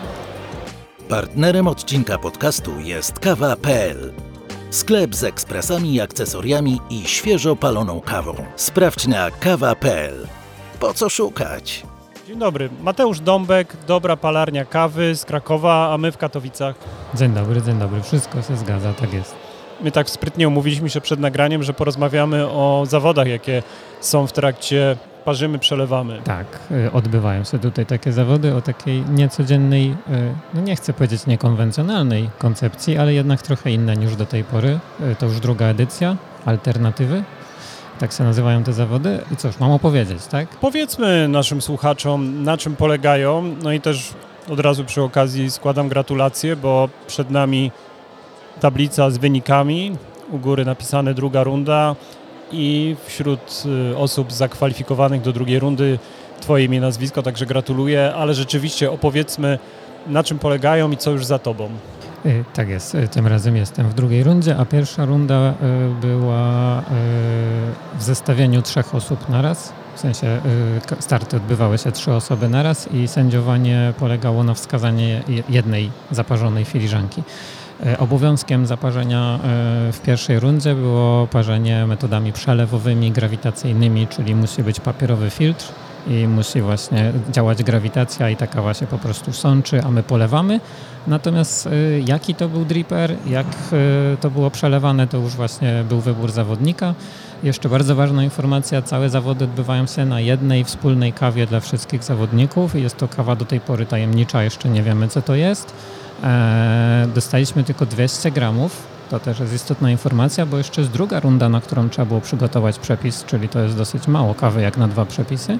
Partnerem odcinka podcastu jest kawa kropka p l. Sklep z ekspresami i akcesoriami i świeżo paloną kawą. Sprawdź na kawa kropka p l. Po co szukać? Dzień dobry. Mateusz Dąbek, Dobra Palarnia Kawy z Krakowa, a my w Katowicach. Dzień dobry, dzień dobry. Wszystko się zgadza, tak jest. My tak sprytnie umówiliśmy się przed nagraniem, że porozmawiamy o zawodach, jakie są w trakcie parzymy, przelewamy. Tak, odbywają się tutaj takie zawody o takiej niecodziennej, no nie chcę powiedzieć niekonwencjonalnej koncepcji, ale jednak trochę inne niż do tej pory. To już druga edycja, alternatywy. Tak się nazywają te zawody. I cóż, mam opowiedzieć, tak? Powiedzmy naszym słuchaczom, na czym polegają. No i też od razu przy okazji składam gratulacje, bo przed nami tablica z wynikami. U góry napisane druga runda i wśród osób zakwalifikowanych do drugiej rundy Twoje imię, nazwisko, także gratuluję. Ale rzeczywiście opowiedzmy, na czym polegają i co już za Tobą. Tak jest, tym razem jestem w drugiej rundzie, a pierwsza runda była w zestawieniu trzech osób naraz. W sensie starty odbywały się trzy osoby naraz i sędziowanie polegało na wskazanie jednej zaparzonej filiżanki. Obowiązkiem zaparzenia w pierwszej rundzie było parzenie metodami przelewowymi, grawitacyjnymi, czyli musi być papierowy filtr i musi właśnie działać grawitacja i ta kawa się po prostu sączy, a my polewamy. Natomiast y, jaki to był dripper, jak y, to było przelewane, to już właśnie był wybór zawodnika. Jeszcze bardzo ważna informacja, całe zawody odbywają się na jednej wspólnej kawie dla wszystkich zawodników. Jest to kawa do tej pory tajemnicza, jeszcze nie wiemy co to jest. E, dostaliśmy tylko dwieście gramów. To też jest istotna informacja, bo jeszcze jest druga runda, na którą trzeba było przygotować przepis, czyli to jest dosyć mało kawy jak na dwa przepisy.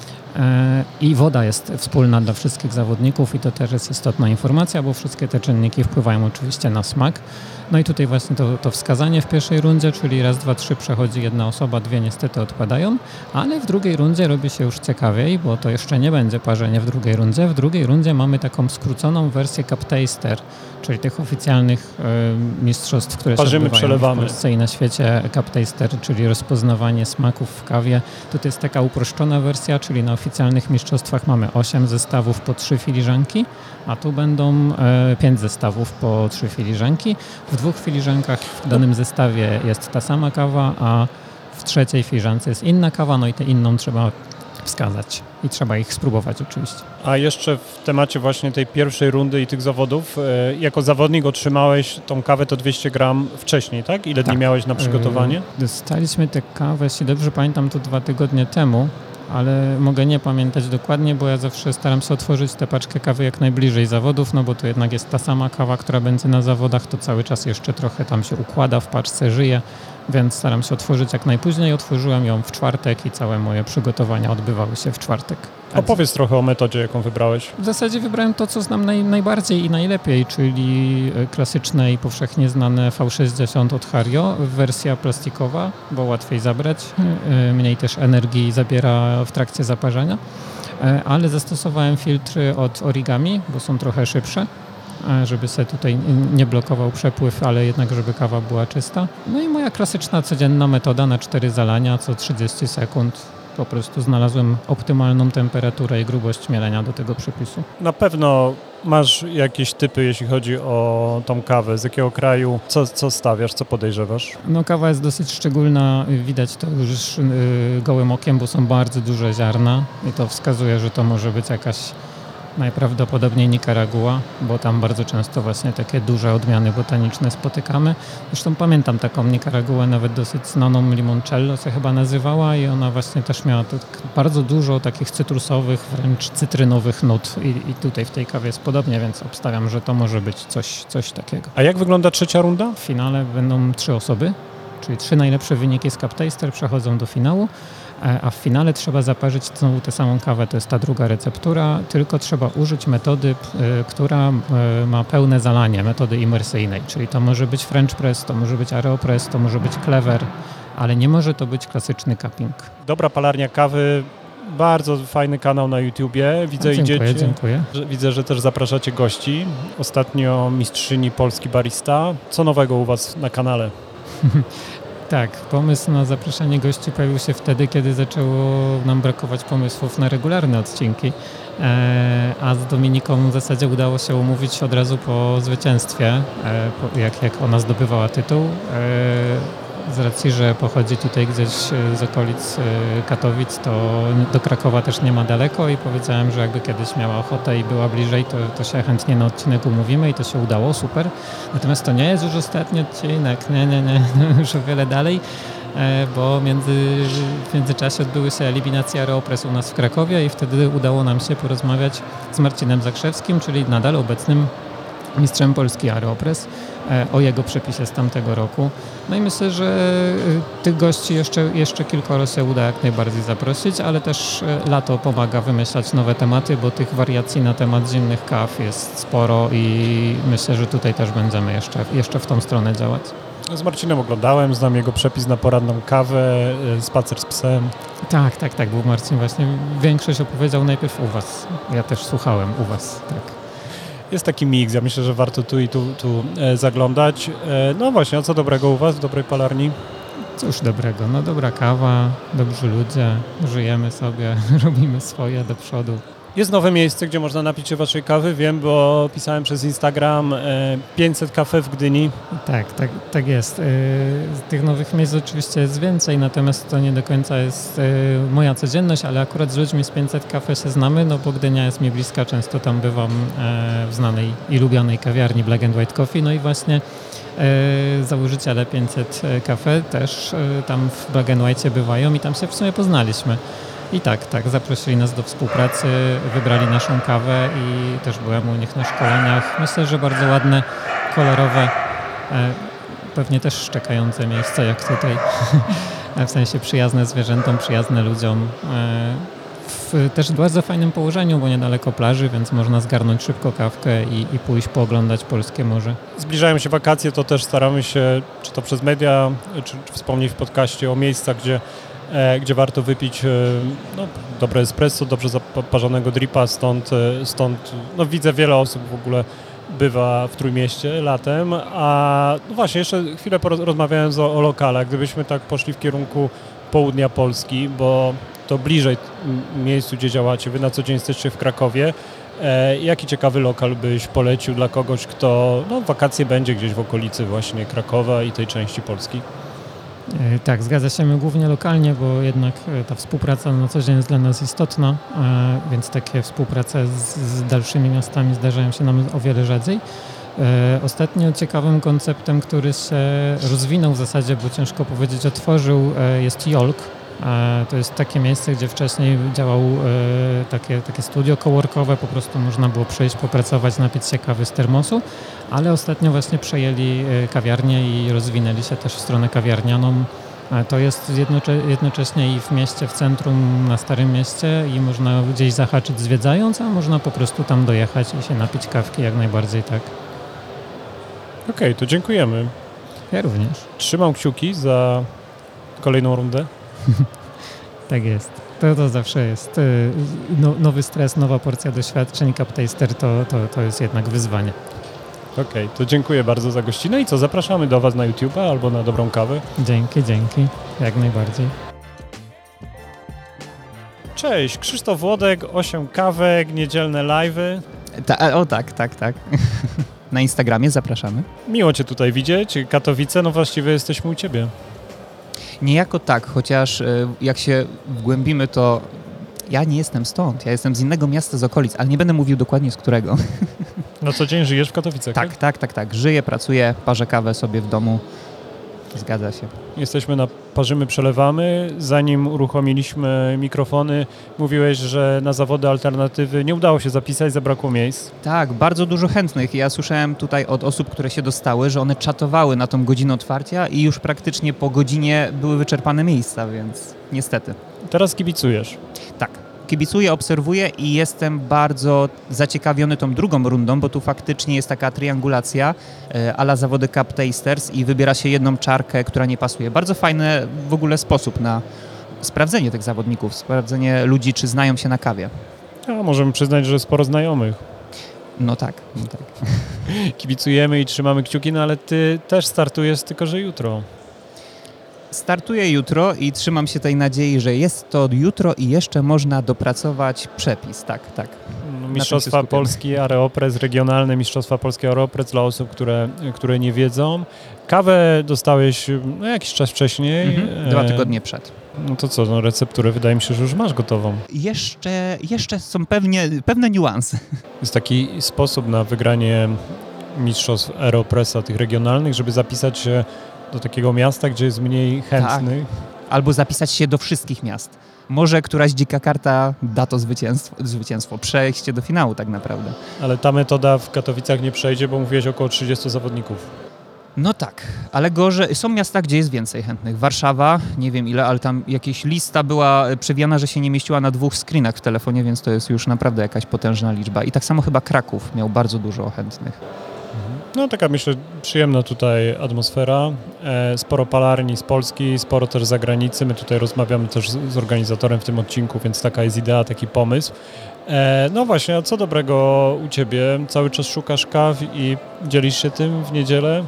I woda jest wspólna dla wszystkich zawodników i to też jest istotna informacja, bo wszystkie te czynniki wpływają oczywiście na smak. No i tutaj właśnie to, to wskazanie w pierwszej rundzie, czyli raz, dwa, trzy przechodzi jedna osoba, dwie niestety odpadają, ale w drugiej rundzie robi się już ciekawiej, bo to jeszcze nie będzie parzenie w drugiej rundzie. W drugiej rundzie mamy taką skróconą wersję cup taster, czyli tych oficjalnych y, mistrzostw, które parzymy, się odbywają przelewamy. w Polsce i na świecie. Cup taster, czyli rozpoznawanie smaków w kawie. Tutaj jest taka uproszczona wersja, czyli na oficjalnych mistrzostwach mamy osiem zestawów po trzy filiżanki, a tu będą e, pięć zestawów po trzy filiżanki. W dwóch filiżankach w danym zestawie jest ta sama kawa, a w trzeciej filiżance jest inna kawa, no i tę inną trzeba wskazać i trzeba ich spróbować oczywiście. A jeszcze w temacie właśnie tej pierwszej rundy i tych zawodów, e, jako zawodnik otrzymałeś tą kawę to dwieście gram wcześniej, tak? Ile dni Tak. miałeś na przygotowanie? Yy, Dostaliśmy tę kawę, jeśli dobrze pamiętam, to dwa tygodnie temu, ale mogę nie pamiętać dokładnie, bo ja zawsze staram się otworzyć tę paczkę kawy jak najbliżej zawodów, no bo to jednak jest ta sama kawa, która będzie na zawodach, to cały czas jeszcze trochę tam się układa w paczce, żyje, więc staram się otworzyć jak najpóźniej. Otworzyłem ją w czwartek i całe moje przygotowania odbywały się w czwartek. Opowiedz trochę o metodzie, jaką wybrałeś. W zasadzie wybrałem to, co znam naj, najbardziej i najlepiej, czyli klasyczne i powszechnie znane V sześćdziesiąt od Hario, wersja plastikowa, bo łatwiej zabrać, mniej też energii zabiera w trakcie zaparzania, ale zastosowałem filtry od Origami, bo są trochę szybsze, żeby się tutaj nie blokował przepływ, ale jednak żeby kawa była czysta. No i moja klasyczna, codzienna metoda na cztery zalania co trzydzieści sekund. Po prostu znalazłem optymalną temperaturę i grubość mielenia do tego przepisu. Na pewno masz jakieś typy, jeśli chodzi o tą kawę. Z jakiego kraju? Co, co stawiasz? Co podejrzewasz? No kawa jest dosyć szczególna. Widać to już yy, gołym okiem, bo są bardzo duże ziarna i to wskazuje, że to może być jakaś najprawdopodobniej Nikaragua, bo tam bardzo często właśnie takie duże odmiany botaniczne spotykamy. Zresztą pamiętam taką Nikaraguę, nawet dosyć znaną, limoncello się chyba nazywała i ona właśnie też miała tak bardzo dużo takich cytrusowych, wręcz cytrynowych nut i, i tutaj w tej kawie jest podobnie, więc obstawiam, że to może być coś, coś takiego. A jak wygląda trzecia runda? W finale będą trzy osoby, czyli trzy najlepsze wyniki z Cup Taster przechodzą do finału. A w finale trzeba zaparzyć znowu tę samą kawę, to jest ta druga receptura, tylko trzeba użyć metody, która ma pełne zalanie, metody imersyjnej, czyli to może być French Press, to może być Aeropress, to może być Clever, ale nie może to być klasyczny cupping. Dobra palarnia kawy, bardzo fajny kanał na YouTubie, widzę, dziękuję, idziecie, dziękuję. Że, widzę, że też zapraszacie gości, ostatnio mistrzyni Polski barista. Co nowego u Was na kanale? Tak, pomysł na zapraszanie gości pojawił się wtedy, kiedy zaczęło nam brakować pomysłów na regularne odcinki, e, a z Dominiką w zasadzie udało się umówić od razu po zwycięstwie, e, po, jak, jak ona zdobywała tytuł. E, z racji, że pochodzi tutaj gdzieś z okolic Katowic, to do Krakowa też nie ma daleko i powiedziałem, że jakby kiedyś miała ochotę i była bliżej, to, to się chętnie na odcinek umówimy i to się udało, super. Natomiast to nie jest już ostatni odcinek, nie, nie, nie, już o wiele dalej, bo między, w międzyczasie odbyły się eliminacje Aeropress u nas w Krakowie i wtedy udało nam się porozmawiać z Marcinem Zakrzewskim, czyli nadal obecnym mistrzem Polski Aeropress, o jego przepisie z tamtego roku. No i myślę, że tych gości jeszcze, jeszcze kilkoro się uda jak najbardziej zaprosić, ale też lato pomaga wymyślać nowe tematy, bo tych wariacji na temat zimnych kaw jest sporo i myślę, że tutaj też będziemy jeszcze, jeszcze w tą stronę działać. Z Marcinem oglądałem, znam jego przepis na poranną kawę, spacer z psem. Tak, tak, tak, był Marcin właśnie. Większość opowiedział najpierw u Was. Ja też słuchałem u Was, tak. Jest taki miks, ja myślę, że warto tu i tu, tu e, zaglądać. E, no właśnie, a co dobrego u Was w dobrej palarni? Cóż dobrego, no dobra kawa, dobrzy ludzie, żyjemy sobie, robimy swoje do przodu. Jest nowe miejsce, gdzie można napić się Waszej kawy, wiem, bo pisałem przez Instagram e, pięćset kafe w Gdyni. Tak, tak, tak jest. Z tych nowych miejsc oczywiście jest więcej, natomiast to nie do końca jest moja codzienność, ale akurat z ludźmi z pięćset kafe się znamy, no bo Gdynia jest mi bliska, często tam bywam w znanej i lubianej kawiarni Black and White Coffee, no i właśnie założyciele pięćset kafe też tam w Black and White bywają i tam się w sumie poznaliśmy. I tak, tak, zaprosili nas do współpracy, wybrali naszą kawę i też byłem u nich na szkoleniach. Myślę, że bardzo ładne, kolorowe, pewnie też szczekające miejsce jak tutaj, w sensie przyjazne zwierzętom, przyjazne ludziom. W też bardzo fajnym położeniu, bo niedaleko plaży, więc można zgarnąć szybko kawkę i, i pójść pooglądać polskie morze. Zbliżają się wakacje, to też staramy się, czy to przez media, czy, czy wspomnieć w podcaście o miejscach, gdzie E, gdzie warto wypić e, no, dobre espresso, dobrze zaparzonego dripa, stąd, e, stąd no, widzę wiele osób w ogóle bywa w Trójmieście latem, a no właśnie jeszcze chwilę poroz- rozmawiałem o, o lokalach, gdybyśmy tak poszli w kierunku południa Polski, bo to bliżej miejscu, gdzie działacie, wy na co dzień jesteście w Krakowie, e, jaki ciekawy lokal byś polecił dla kogoś, kto no, wakacje będzie gdzieś w okolicy właśnie Krakowa i tej części Polski? E, Tak, zgadza się, my głównie lokalnie, bo jednak e, ta współpraca na co dzień jest dla nas istotna, e, więc takie współprace z, z dalszymi miastami zdarzają się nam o wiele rzadziej. E, Ostatnio ciekawym konceptem, który się rozwinął w zasadzie, bo ciężko powiedzieć, otworzył, e, jest Jolk. E, To jest takie miejsce, gdzie wcześniej działał e, takie, takie studio coworkowe, po prostu można było przyjść, popracować, napić się kawy z termosu, ale ostatnio właśnie przejęli e, kawiarnię i rozwinęli się też w stronę kawiarnianą. E, To jest jednocze- jednocześnie i w mieście, w centrum, na Starym Mieście i można gdzieś zahaczyć zwiedzając, a można po prostu tam dojechać i się napić kawki jak najbardziej, tak. Okej, to dziękujemy. Ja również. Trzymam kciuki za kolejną rundę. Tak jest. To, to zawsze jest y, no, nowy stres, nowa porcja doświadczeń. Cup Taster to, to, to jest jednak wyzwanie. Okej, to dziękuję bardzo za gościnę i co, zapraszamy do Was na YouTube'a albo na dobrą kawę. Dzięki, dzięki. Jak najbardziej. Cześć, Krzysztof Włodek, osiem kawek, niedzielne live'y. Ta, o tak, tak, tak. Na Instagramie zapraszamy. Miło Cię tutaj widzieć. Katowice, no właściwie jesteśmy u Ciebie. Niejako tak, chociaż y, jak się wgłębimy, to ja nie jestem stąd. Ja jestem z innego miasta, z okolic, ale nie będę mówił dokładnie z którego. Na co dzień żyjesz w Katowicach, Tak, tak, tak, tak. Żyję, pracuję, parzę kawę sobie w domu. Zgadza się. Jesteśmy na Parzymy Przelewamy. Zanim uruchomiliśmy mikrofony, mówiłeś, że na zawody alternatywy nie udało się zapisać, zabrakło miejsc. Tak, bardzo dużo chętnych. Ja słyszałem tutaj od osób, które się dostały, że one czatowały na tą godzinę otwarcia i już praktycznie po godzinie były wyczerpane miejsca, więc niestety. Teraz kibicujesz. Tak. Kibicuję, obserwuję i jestem bardzo zaciekawiony tą drugą rundą, bo tu faktycznie jest taka triangulacja e, a la zawody Cup Tasters i wybiera się jedną czarkę, która nie pasuje. Bardzo fajny w ogóle sposób na sprawdzenie tych zawodników, sprawdzenie ludzi, czy znają się na kawie. A możemy przyznać, że sporo znajomych. No tak, no tak. Kibicujemy i trzymamy kciuki, no ale Ty też startujesz, tylko że jutro. Startuję jutro i trzymam się tej nadziei, że jest to jutro i jeszcze można dopracować przepis. Tak, tak. No, się Mistrzostwa skupiam. Polski Aeropress, regionalne Mistrzostwa Polskie Aeropress dla osób, które, które nie wiedzą. Kawę dostałeś no, jakiś czas wcześniej. Mhm, dwa E, tygodnie przed. No to co, no, recepturę wydaje mi się, że już masz gotową. Jeszcze, jeszcze są pewnie, pewne niuanse. Jest taki sposób na wygranie mistrzostw Aeropressa, tych regionalnych, żeby zapisać się do takiego miasta, gdzie jest mniej chętnych. Albo zapisać się do wszystkich miast. Może któraś dzika karta da to zwycięstwo, zwycięstwo, przejście do finału tak naprawdę. Ale ta metoda w Katowicach nie przejdzie, bo mówiłeś około trzydziestu zawodników. No tak, ale gorzej, są miasta, gdzie jest więcej chętnych. Warszawa, nie wiem ile, ale tam jakaś lista była przewijana, że się nie mieściła na dwóch screenach w telefonie, więc to jest już naprawdę jakaś potężna liczba. I tak samo chyba Kraków miał bardzo dużo chętnych. No taka myślę przyjemna tutaj atmosfera, e, sporo palarni z Polski, sporo też z zagranicy, my tutaj rozmawiamy też z, z organizatorem w tym odcinku, więc taka jest idea, taki pomysł. E, no właśnie, a co dobrego u Ciebie? Cały czas szukasz kaw i dzielisz się tym w niedzielę?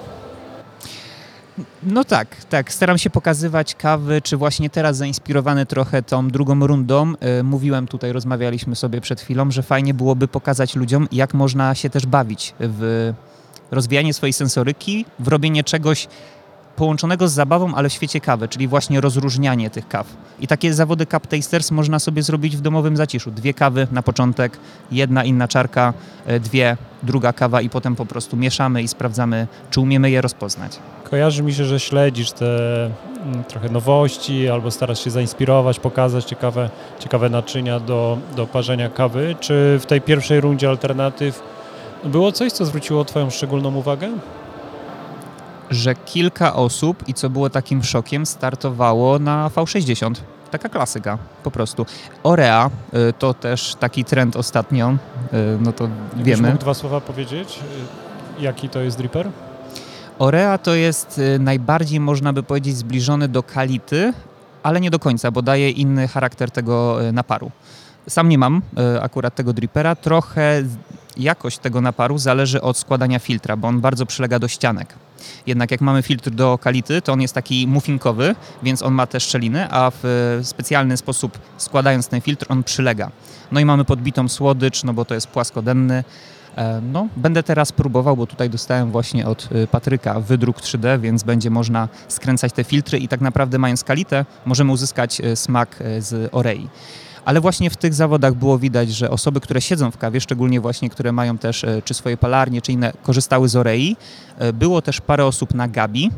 No tak, tak. Staram się pokazywać kawy, czy właśnie teraz zainspirowany trochę tą drugą rundą. Yy, mówiłem tutaj, rozmawialiśmy sobie przed chwilą, że fajnie byłoby pokazać ludziom, jak można się też bawić w rozwijanie swojej sensoryki, w robienie czegoś połączonego z zabawą, ale w świecie kawy, czyli właśnie rozróżnianie tych kaw. I takie zawody Cup Tasters można sobie zrobić w domowym zaciszu. Dwie kawy na początek, jedna inna czarka, yy, dwie, druga kawa i potem po prostu mieszamy i sprawdzamy, czy umiemy je rozpoznać. Kojarzy mi się, że śledzisz te mm, trochę nowości albo starasz się zainspirować, pokazać ciekawe, ciekawe naczynia do, do parzenia kawy. Czy w tej pierwszej rundzie alternatyw było coś, co zwróciło Twoją szczególną uwagę? Że kilka osób, i co było takim szokiem, startowało na V sześćdziesiąt. Taka klasyka, po prostu. Orea y, to też taki trend ostatnio, y, no to Jakbyś wiemy. mógł dwa słowa powiedzieć, y, jaki to jest dripper? Orea to jest y, najbardziej, można by powiedzieć, zbliżony do Kality, ale nie do końca, bo daje inny charakter tego y, naparu. Sam nie mam y, akurat tego drippera, trochę jakość tego naparu zależy od składania filtra, bo on bardzo przylega do ścianek. Jednak jak mamy filtr do kality, to on jest taki muffinkowy, więc on ma te szczeliny, a w specjalny sposób składając ten filtr, on przylega. No i mamy podbitą słodycz, no bo to jest płaskodenny. No, będę teraz próbował, bo tutaj dostałem właśnie od Patryka wydruk trzy D, więc będzie można skręcać te filtry i tak naprawdę mając kalitę możemy uzyskać smak z orei. Ale właśnie w tych zawodach było widać, że osoby, które siedzą w kawie, szczególnie właśnie, które mają też czy swoje palarnie, czy inne, korzystały z orei. Było też parę osób na Gabi,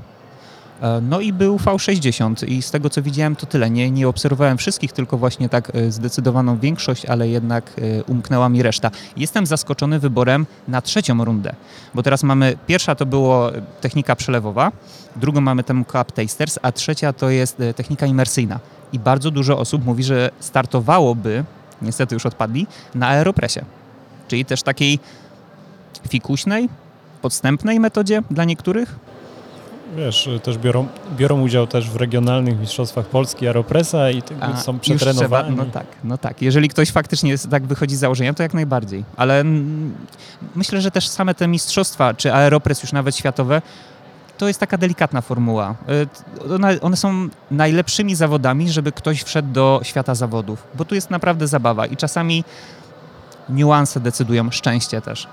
no i był V sześćdziesiąt i z tego co widziałem to tyle. Nie, nie obserwowałem wszystkich, tylko właśnie tak zdecydowaną większość, ale jednak umknęła mi reszta. Jestem zaskoczony wyborem na trzecią rundę, bo teraz mamy, pierwsza to było technika przelewowa, drugą mamy temu Cup Tasters, a trzecia to jest technika imersyjna. I bardzo dużo osób mówi, że startowałoby, niestety już odpadli, na Aeropressie, czyli też takiej fikuśnej, podstępnej metodzie dla niektórych. Wiesz, też biorą, biorą udział też w regionalnych mistrzostwach Polski Aeropressa i A, są przetrenowani. Trzeba, no tak, no tak. Jeżeli ktoś faktycznie jest, tak wychodzi z założenia, to jak najbardziej. Ale m, myślę, że też same te mistrzostwa, czy Aeropress już nawet światowe, to jest taka delikatna formuła. One, one są najlepszymi zawodami, żeby ktoś wszedł do świata zawodów, bo tu jest naprawdę zabawa i czasami niuanse decydują, szczęście też.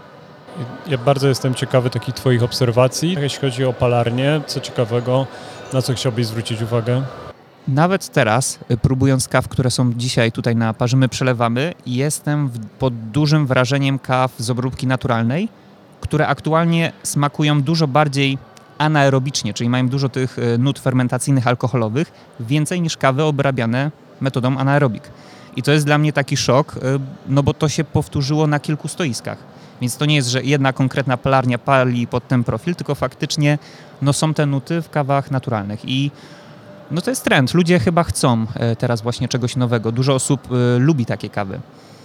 Ja bardzo jestem ciekawy takich twoich obserwacji, jeśli chodzi o palarnię. Co ciekawego, na co chciałbyś zwrócić uwagę? Nawet teraz, próbując kaw, które są dzisiaj tutaj na Parzymy Przelewamy, jestem pod dużym wrażeniem kaw z obróbki naturalnej, które aktualnie smakują dużo bardziej anaerobicznie, czyli mają dużo tych nut fermentacyjnych, alkoholowych, więcej niż kawy obrabiane metodą anaerobik. I to jest dla mnie taki szok, no bo to się powtórzyło na kilku stoiskach. Więc to nie jest, że jedna konkretna palarnia pali pod ten profil, tylko faktycznie no, są te nuty w kawach naturalnych. I no, to jest trend. Ludzie chyba chcą teraz właśnie czegoś nowego. Dużo osób y, lubi takie kawy.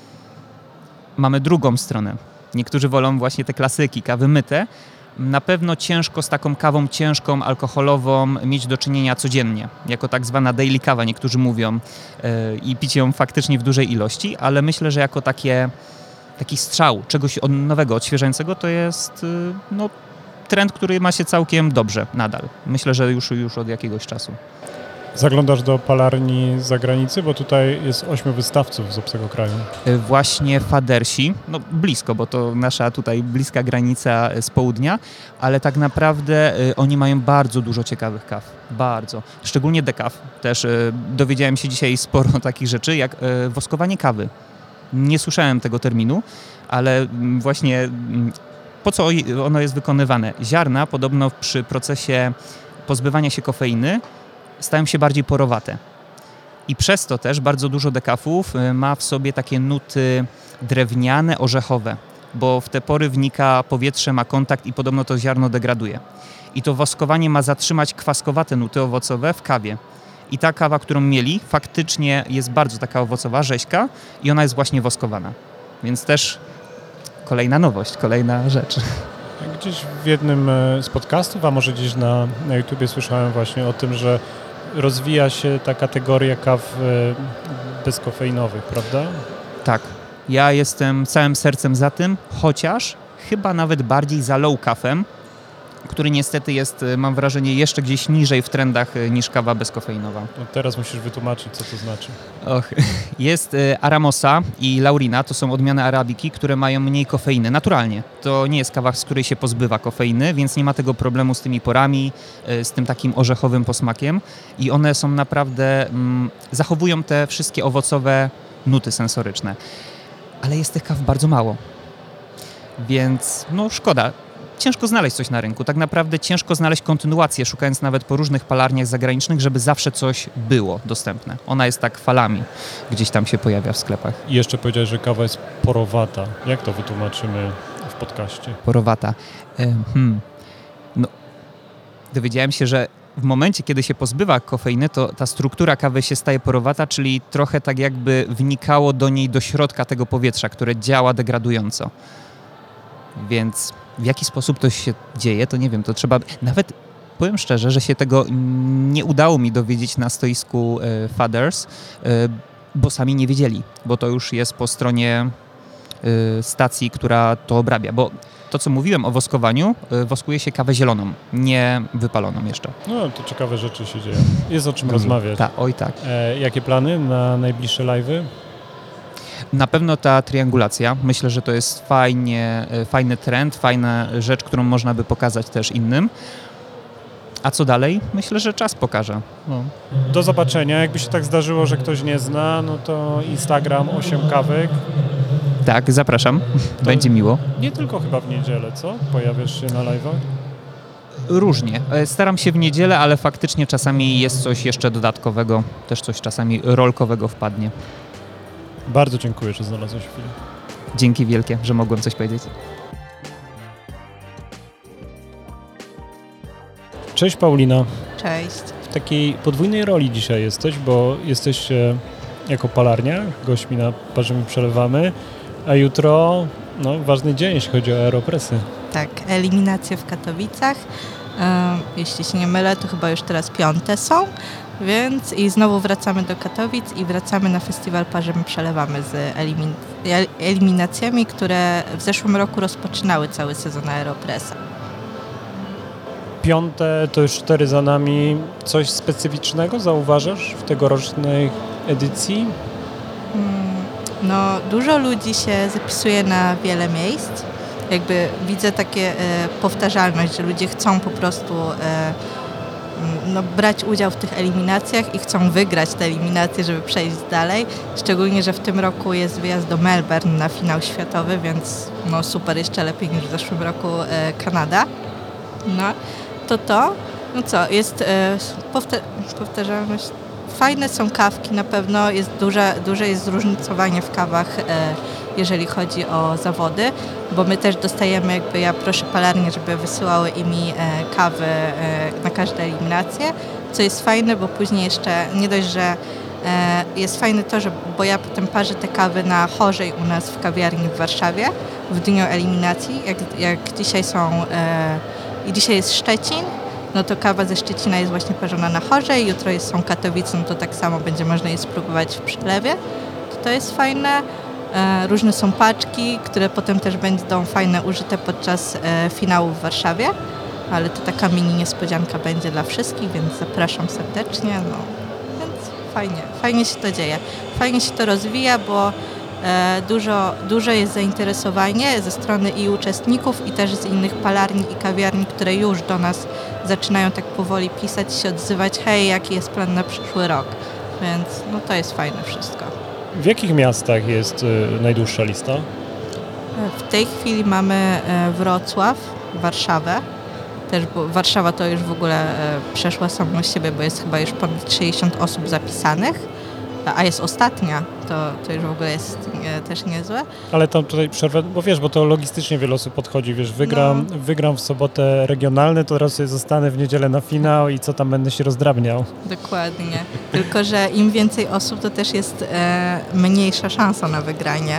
Mamy drugą stronę. Niektórzy wolą właśnie te klasyki, kawy myte. Na pewno ciężko z taką kawą ciężką, alkoholową mieć do czynienia codziennie. Jako tak zwana daily kawa, niektórzy mówią. Yy, I pić ją faktycznie w dużej ilości, ale myślę, że jako takie taki strzał czegoś nowego, odświeżającego, to jest no, trend, który ma się całkiem dobrze nadal. Myślę, że już, już od jakiegoś czasu. Zaglądasz do palarni z zagranicy, bo tutaj jest ośmiu wystawców z obcego kraju. Właśnie Fadersi, no blisko, bo to nasza tutaj bliska granica z południa, ale tak naprawdę oni mają bardzo dużo ciekawych kaw. Bardzo. Szczególnie dekaw. Też dowiedziałem się dzisiaj sporo takich rzeczy, jak woskowanie kawy. Nie słyszałem tego terminu, ale właśnie po co ono jest wykonywane? Ziarna podobno przy procesie pozbywania się kofeiny stają się bardziej porowate. I przez to też bardzo dużo dekafów ma w sobie takie nuty drewniane, orzechowe, bo w te pory wnika powietrze, ma kontakt i podobno to ziarno degraduje. I to woskowanie ma zatrzymać kwaskowate nuty owocowe w kawie. I ta kawa, którą mieli, faktycznie jest bardzo taka owocowa, rzeźka i ona jest właśnie woskowana. Więc też kolejna nowość, kolejna rzecz. Gdzieś w jednym z podcastów, a może gdzieś na, na YouTubie słyszałem właśnie o tym, że rozwija się ta kategoria kaw bezkofeinowych, prawda? Tak. Ja jestem całym sercem za tym, chociaż chyba nawet bardziej za low kafem, który niestety jest, mam wrażenie, jeszcze gdzieś niżej w trendach niż kawa bezkofeinowa. No teraz musisz wytłumaczyć, co to znaczy. Och, jest Aramosa i Laurina, to są odmiany arabiki, które mają mniej kofeiny, naturalnie. To nie jest kawa, z której się pozbywa kofeiny, więc nie ma tego problemu z tymi porami, z tym takim orzechowym posmakiem i one są naprawdę, mm, zachowują te wszystkie owocowe nuty sensoryczne. Ale jest tych kaw bardzo mało, więc no szkoda. Ciężko znaleźć coś na rynku. Tak naprawdę ciężko znaleźć kontynuację, szukając nawet po różnych palarniach zagranicznych, żeby zawsze coś było dostępne. Ona jest tak falami, gdzieś tam się pojawia w sklepach. I jeszcze powiedziałeś, że kawa jest porowata. Jak to wytłumaczymy w podcaście? Porowata. Hmm. No, dowiedziałem się, że w momencie, kiedy się pozbywa kofeiny, to ta struktura kawy się staje porowata, czyli trochę tak jakby wnikało do niej do środka tego powietrza, które działa degradująco. Więc w jaki sposób to się dzieje, to nie wiem, to trzeba... Nawet powiem szczerze, że się tego nie udało mi dowiedzieć na stoisku e, Fathers, e, bo sami nie wiedzieli, bo to już jest po stronie y, stacji, która to obrabia, bo to, co mówiłem o woskowaniu, y, woskuje się kawę zieloną, nie wypaloną jeszcze. No, to ciekawe rzeczy się dzieją. Jest o czym rozmawiać. Tak, oj tak. E, jakie plany na najbliższe live'y? Na pewno ta triangulacja. Myślę, że to jest fajnie, fajny trend, fajna rzecz, którą można by pokazać też innym. A co dalej? Myślę, że czas pokaże. No. Do zobaczenia. Jakby się tak zdarzyło, że ktoś nie zna, no to Instagram osiem kawek. Tak, zapraszam. Będzie miło. Nie tylko chyba w niedzielę, co? Pojawiasz się na live'ach? Różnie. Staram się w niedzielę, ale faktycznie czasami jest coś jeszcze dodatkowego. Też coś czasami rolkowego wpadnie. Bardzo dziękuję, że znalazłeś chwilę. Dzięki wielkie, że mogłem coś powiedzieć. Cześć Paulina. Cześć. W takiej podwójnej roli dzisiaj jesteś, bo jesteś e, jako palarnia, gośćmi na Parzymy Przelewamy, a jutro no, ważny dzień, jeśli chodzi o Aeropressy. Tak, eliminacje w Katowicach. E, jeśli się nie mylę, to chyba już teraz piąte są, więc i znowu wracamy do Katowic i wracamy na festiwal Parzymy Przelewamy z elimin- eliminacjami, które w zeszłym roku rozpoczynały cały sezon Aeropressa. Piąte to już cztery za nami. Coś specyficznego zauważasz w tegorocznej edycji? No, dużo ludzi się zapisuje na wiele miejsc. Jakby widzę takie e, powtarzalność, że ludzie chcą po prostu e, no, brać udział w tych eliminacjach i chcą wygrać te eliminacje, żeby przejść dalej. Szczególnie, że w tym roku jest wyjazd do Melbourne na finał światowy, więc no super, jeszcze lepiej niż w zeszłym roku e, Kanada. No, to to. No co, jest e, powta- powtarzalność. Fajne są kawki na pewno, jest duże, duże jest zróżnicowanie w kawach, e, jeżeli chodzi o zawody, bo my też dostajemy, jakby ja proszę palarnie, żeby wysyłały mi e, kawy e, na każde eliminacje, co jest fajne, bo później jeszcze nie dość, że e, jest fajne to, że bo ja potem parzę te kawy na chorzej u nas w kawiarni w Warszawie w dniu eliminacji, jak, jak dzisiaj są e, i dzisiaj jest Szczecin, no to kawa ze Szczecina jest właśnie parzona na chorzej, jutro jest, są Katowice, no to tak samo będzie można je spróbować w przelewie. To, to jest fajne. E, różne są paczki, które potem też będą fajne użyte podczas e, finału w Warszawie, ale to taka mini niespodzianka będzie dla wszystkich, więc zapraszam serdecznie. No. Więc fajnie, fajnie się to dzieje. Fajnie się to rozwija, bo e, dużo, duże jest zainteresowanie ze strony i uczestników, i też z innych palarni i kawiarni, które już do nas zaczynają tak powoli pisać, się odzywać, hej, jaki jest plan na przyszły rok. Więc no to jest fajne wszystko. W jakich miastach jest y, najdłuższa lista? W tej chwili mamy e, Wrocław, Warszawę. Też, bo Warszawa to już w ogóle e, przeszła samą siebie, bo jest chyba już ponad sześćdziesiąt osób zapisanych, a jest ostatnia, to, to już w ogóle jest e, też niezłe. Ale tam tutaj przerwę, bo wiesz, bo to logistycznie wiele osób podchodzi, wiesz, wygram, No. wygram w sobotę regionalny, to teraz sobie zostanę w niedzielę na finał i co tam będę się rozdrabniał. Dokładnie. Tylko że im więcej osób, to też jest e, mniejsza szansa na wygranie.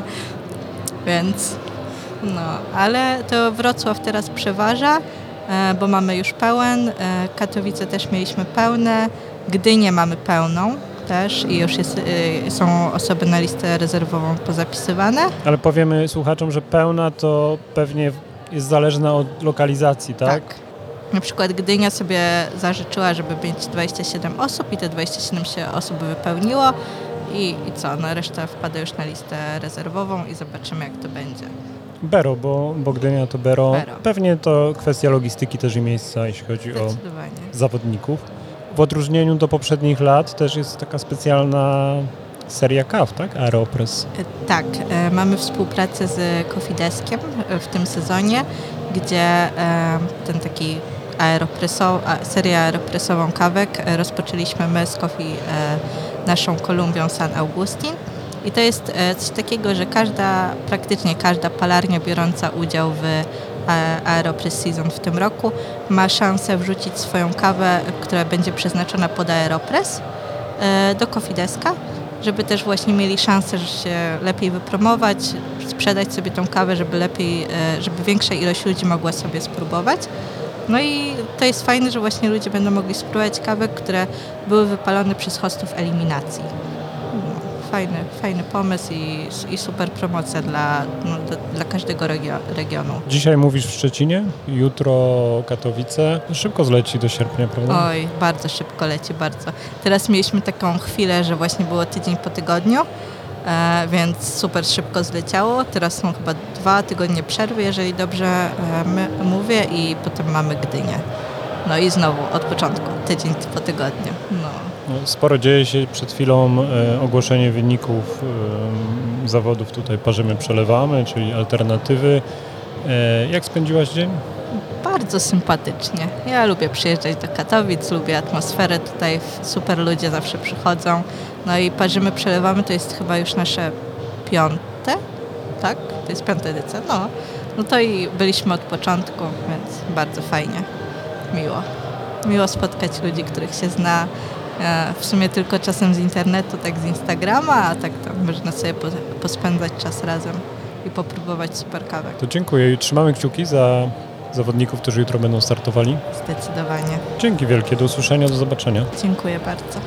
Więc no, ale to Wrocław teraz przeważa, e, bo mamy już pełen. E, Katowice też mieliśmy pełne. Gdynię mamy pełną też i już jest, e, są osoby na listę rezerwową pozapisywane. Ale powiemy słuchaczom, że pełna to pewnie jest zależna od lokalizacji, tak? Tak. Na przykład Gdynia sobie zażyczyła, żeby mieć dwadzieścia siedem osób i te dwadzieścia siedem się osób wypełniło i, i co, no reszta wpada już na listę rezerwową i zobaczymy, jak to będzie. Bero, bo, bo Gdynia to Bero. Bero. Pewnie to kwestia logistyki też i miejsca, jeśli chodzi o Zdecydowanie. zawodników. W odróżnieniu do poprzednich lat też jest taka specjalna seria kaw, tak? Aeropress. E, Tak, e, mamy współpracę z Coffee Deskiem e, w tym sezonie, gdzie e, ten taki aeropreso, a, serię aeropresową kawek e, rozpoczęliśmy my z Coffee e, naszą Kolumbią San Augustin. I to jest e, coś takiego, że każda, praktycznie każda palarnia biorąca udział w e, Aeropress Season w tym roku ma szansę wrzucić swoją kawę, która będzie przeznaczona pod Aeropress e, do Coffee Deska, żeby też właśnie mieli szansę że się lepiej wypromować, sprzedać sobie tą kawę, żeby lepiej, e, żeby większa ilość ludzi mogła sobie spróbować. No i to jest fajne, że właśnie ludzie będą mogli spróbować kawek, które były wypalone przez hostów eliminacji. No, fajny, fajny pomysł i, i super promocja dla, no, dla, dla każdego regio, regionu. Dzisiaj mówisz w Szczecinie, jutro Katowice. Szybko zleci do sierpnia, prawda? Oj, bardzo szybko leci, bardzo. Teraz mieliśmy taką chwilę, że właśnie było tydzień po tygodniu, e, więc super szybko zleciało. Teraz są chyba dwa tygodnie przerwy, jeżeli dobrze e, my, mówię, i potem mamy Gdynię. No i znowu od początku, tydzień po tygodniu. No. Sporo dzieje się. Przed chwilą e, ogłoszenie wyników e, zawodów tutaj Parzymy, Przelewamy, czyli alternatywy. E, jak spędziłaś dzień? Bardzo sympatycznie. Ja lubię przyjeżdżać do Katowic, lubię atmosferę tutaj, super ludzie zawsze przychodzą. No i Parzymy, Przelewamy to jest chyba już nasze piąte, tak? To jest piąta edycja, no. No to i byliśmy od początku, więc bardzo fajnie, miło. Miło spotkać ludzi, których się zna, w sumie tylko czasem z internetu, tak z Instagrama, a tak to można sobie pospędzać czas razem i popróbować super kawek. To dziękuję i trzymamy kciuki za zawodników, którzy jutro będą startowali. Zdecydowanie. Dzięki wielkie, do usłyszenia, do zobaczenia. Dziękuję bardzo.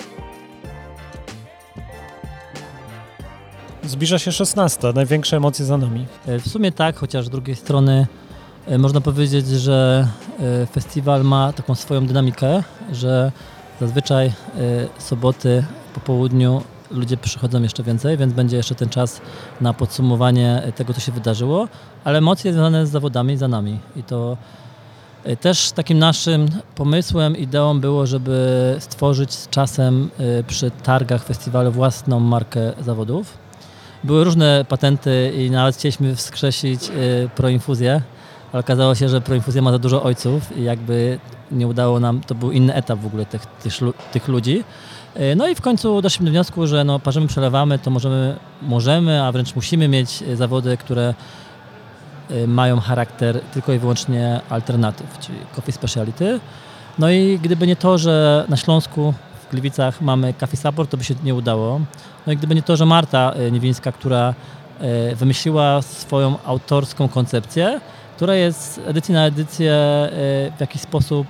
Zbliża się szesnasta, największe emocje za nami. W sumie tak, chociaż z drugiej strony można powiedzieć, że festiwal ma taką swoją dynamikę, że zazwyczaj soboty po południu ludzie przychodzą jeszcze więcej, więc będzie jeszcze ten czas na podsumowanie tego, co się wydarzyło, ale emocje związane z zawodami za nami. I to też takim naszym pomysłem, ideą było, żeby stworzyć z czasem przy targach festiwalu własną markę zawodów. Były różne patenty i nawet chcieliśmy wskrzesić proinfuzję, ale okazało się, że proinfuzja ma za dużo ojców i jakby nie udało nam, to był inny etap w ogóle tych, tych, tych ludzi. No i w końcu doszliśmy do wniosku, że no, Parzymy, Przelewamy, to możemy, możemy, a wręcz musimy mieć zawody, które mają charakter tylko i wyłącznie alternatyw, czyli coffee speciality. No i gdyby nie to, że na Śląsku, w Gliwicach mamy Coffee Support, to by się nie udało. No i gdyby nie to, że Marta Niewińska, która wymyśliła swoją autorską koncepcję, która jest z edycji na edycję w jakiś sposób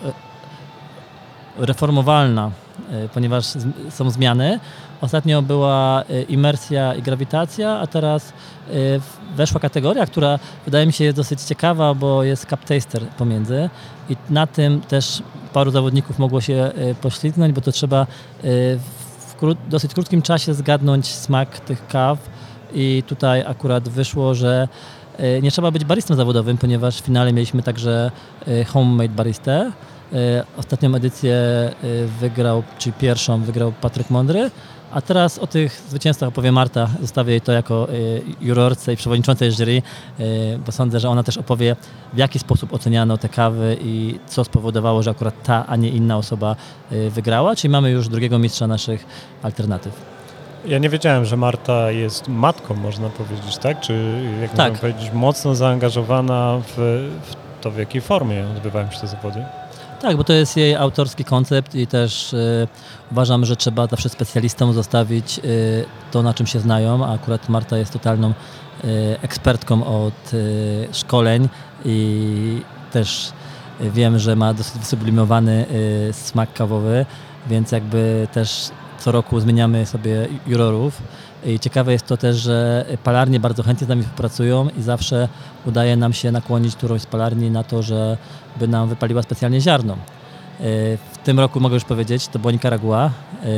reformowalna, ponieważ są zmiany. Ostatnio była imersja i grawitacja, a teraz weszła kategoria, która wydaje mi się jest dosyć ciekawa, bo jest cup taster pomiędzy i na tym też paru zawodników mogło się poślizgnąć, bo to trzeba w kró- dosyć krótkim czasie zgadnąć smak tych kaw i tutaj akurat wyszło, że nie trzeba być baristą zawodowym, ponieważ w finale mieliśmy także homemade baristę. Ostatnią edycję wygrał, czyli pierwszą wygrał Patryk Mądry, a teraz o tych zwycięzcach opowie Marta. Zostawię jej to jako jurorce i przewodniczącej jury, bo sądzę, że ona też opowie, w jaki sposób oceniano te kawy i co spowodowało, że akurat ta, a nie inna osoba wygrała. Czyli mamy już drugiego mistrza naszych alternatyw. Ja nie wiedziałem, że Marta jest matką, można powiedzieć, tak? Czy jak tak. można powiedzieć, mocno zaangażowana w, w to, w jakiej formie odbywają się te zawody? Tak, bo to jest jej autorski koncept i też y, uważam, że trzeba zawsze specjalistom zostawić y, to, na czym się znają, a akurat Marta jest totalną y, ekspertką od y, szkoleń i też y, wiem, że ma dosyć wysublimowany y, smak kawowy, więc jakby też co roku zmieniamy sobie jurorów. I ciekawe jest to też, że palarnie bardzo chętnie z nami współpracują i zawsze udaje nam się nakłonić którąś z palarni na to, żeby nam wypaliła specjalnie ziarno. W tym roku mogę już powiedzieć, to była Nikaragua.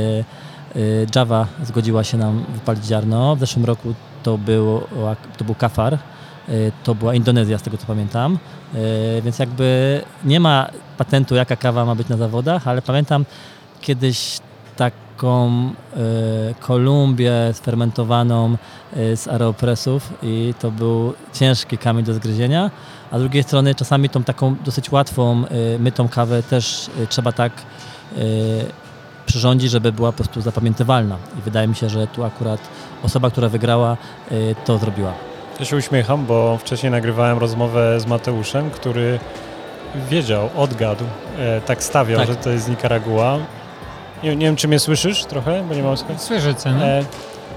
Java zgodziła się nam wypalić ziarno. W zeszłym roku to był, to był Kafar. To była Indonezja, z tego co pamiętam. Więc jakby nie ma patentu, jaka kawa ma być na zawodach, ale pamiętam kiedyś taką y, Kolumbię sfermentowaną y, z aeropresów i to był ciężki kamień do zgryzienia, a z drugiej strony czasami tą taką dosyć łatwą, y, mytą kawę też y, trzeba tak y, przyrządzić, żeby była po prostu zapamiętywalna i wydaje mi się, że tu akurat osoba, która wygrała, y, to zrobiła. Ja się uśmiecham, bo wcześniej nagrywałem rozmowę z Mateuszem, który wiedział, odgadł, e, tak stawiał, tak, że to jest Nikaragua. Nie, nie wiem, czy mnie słyszysz trochę, bo nie mam słuchać. Słyszę cię, no. E,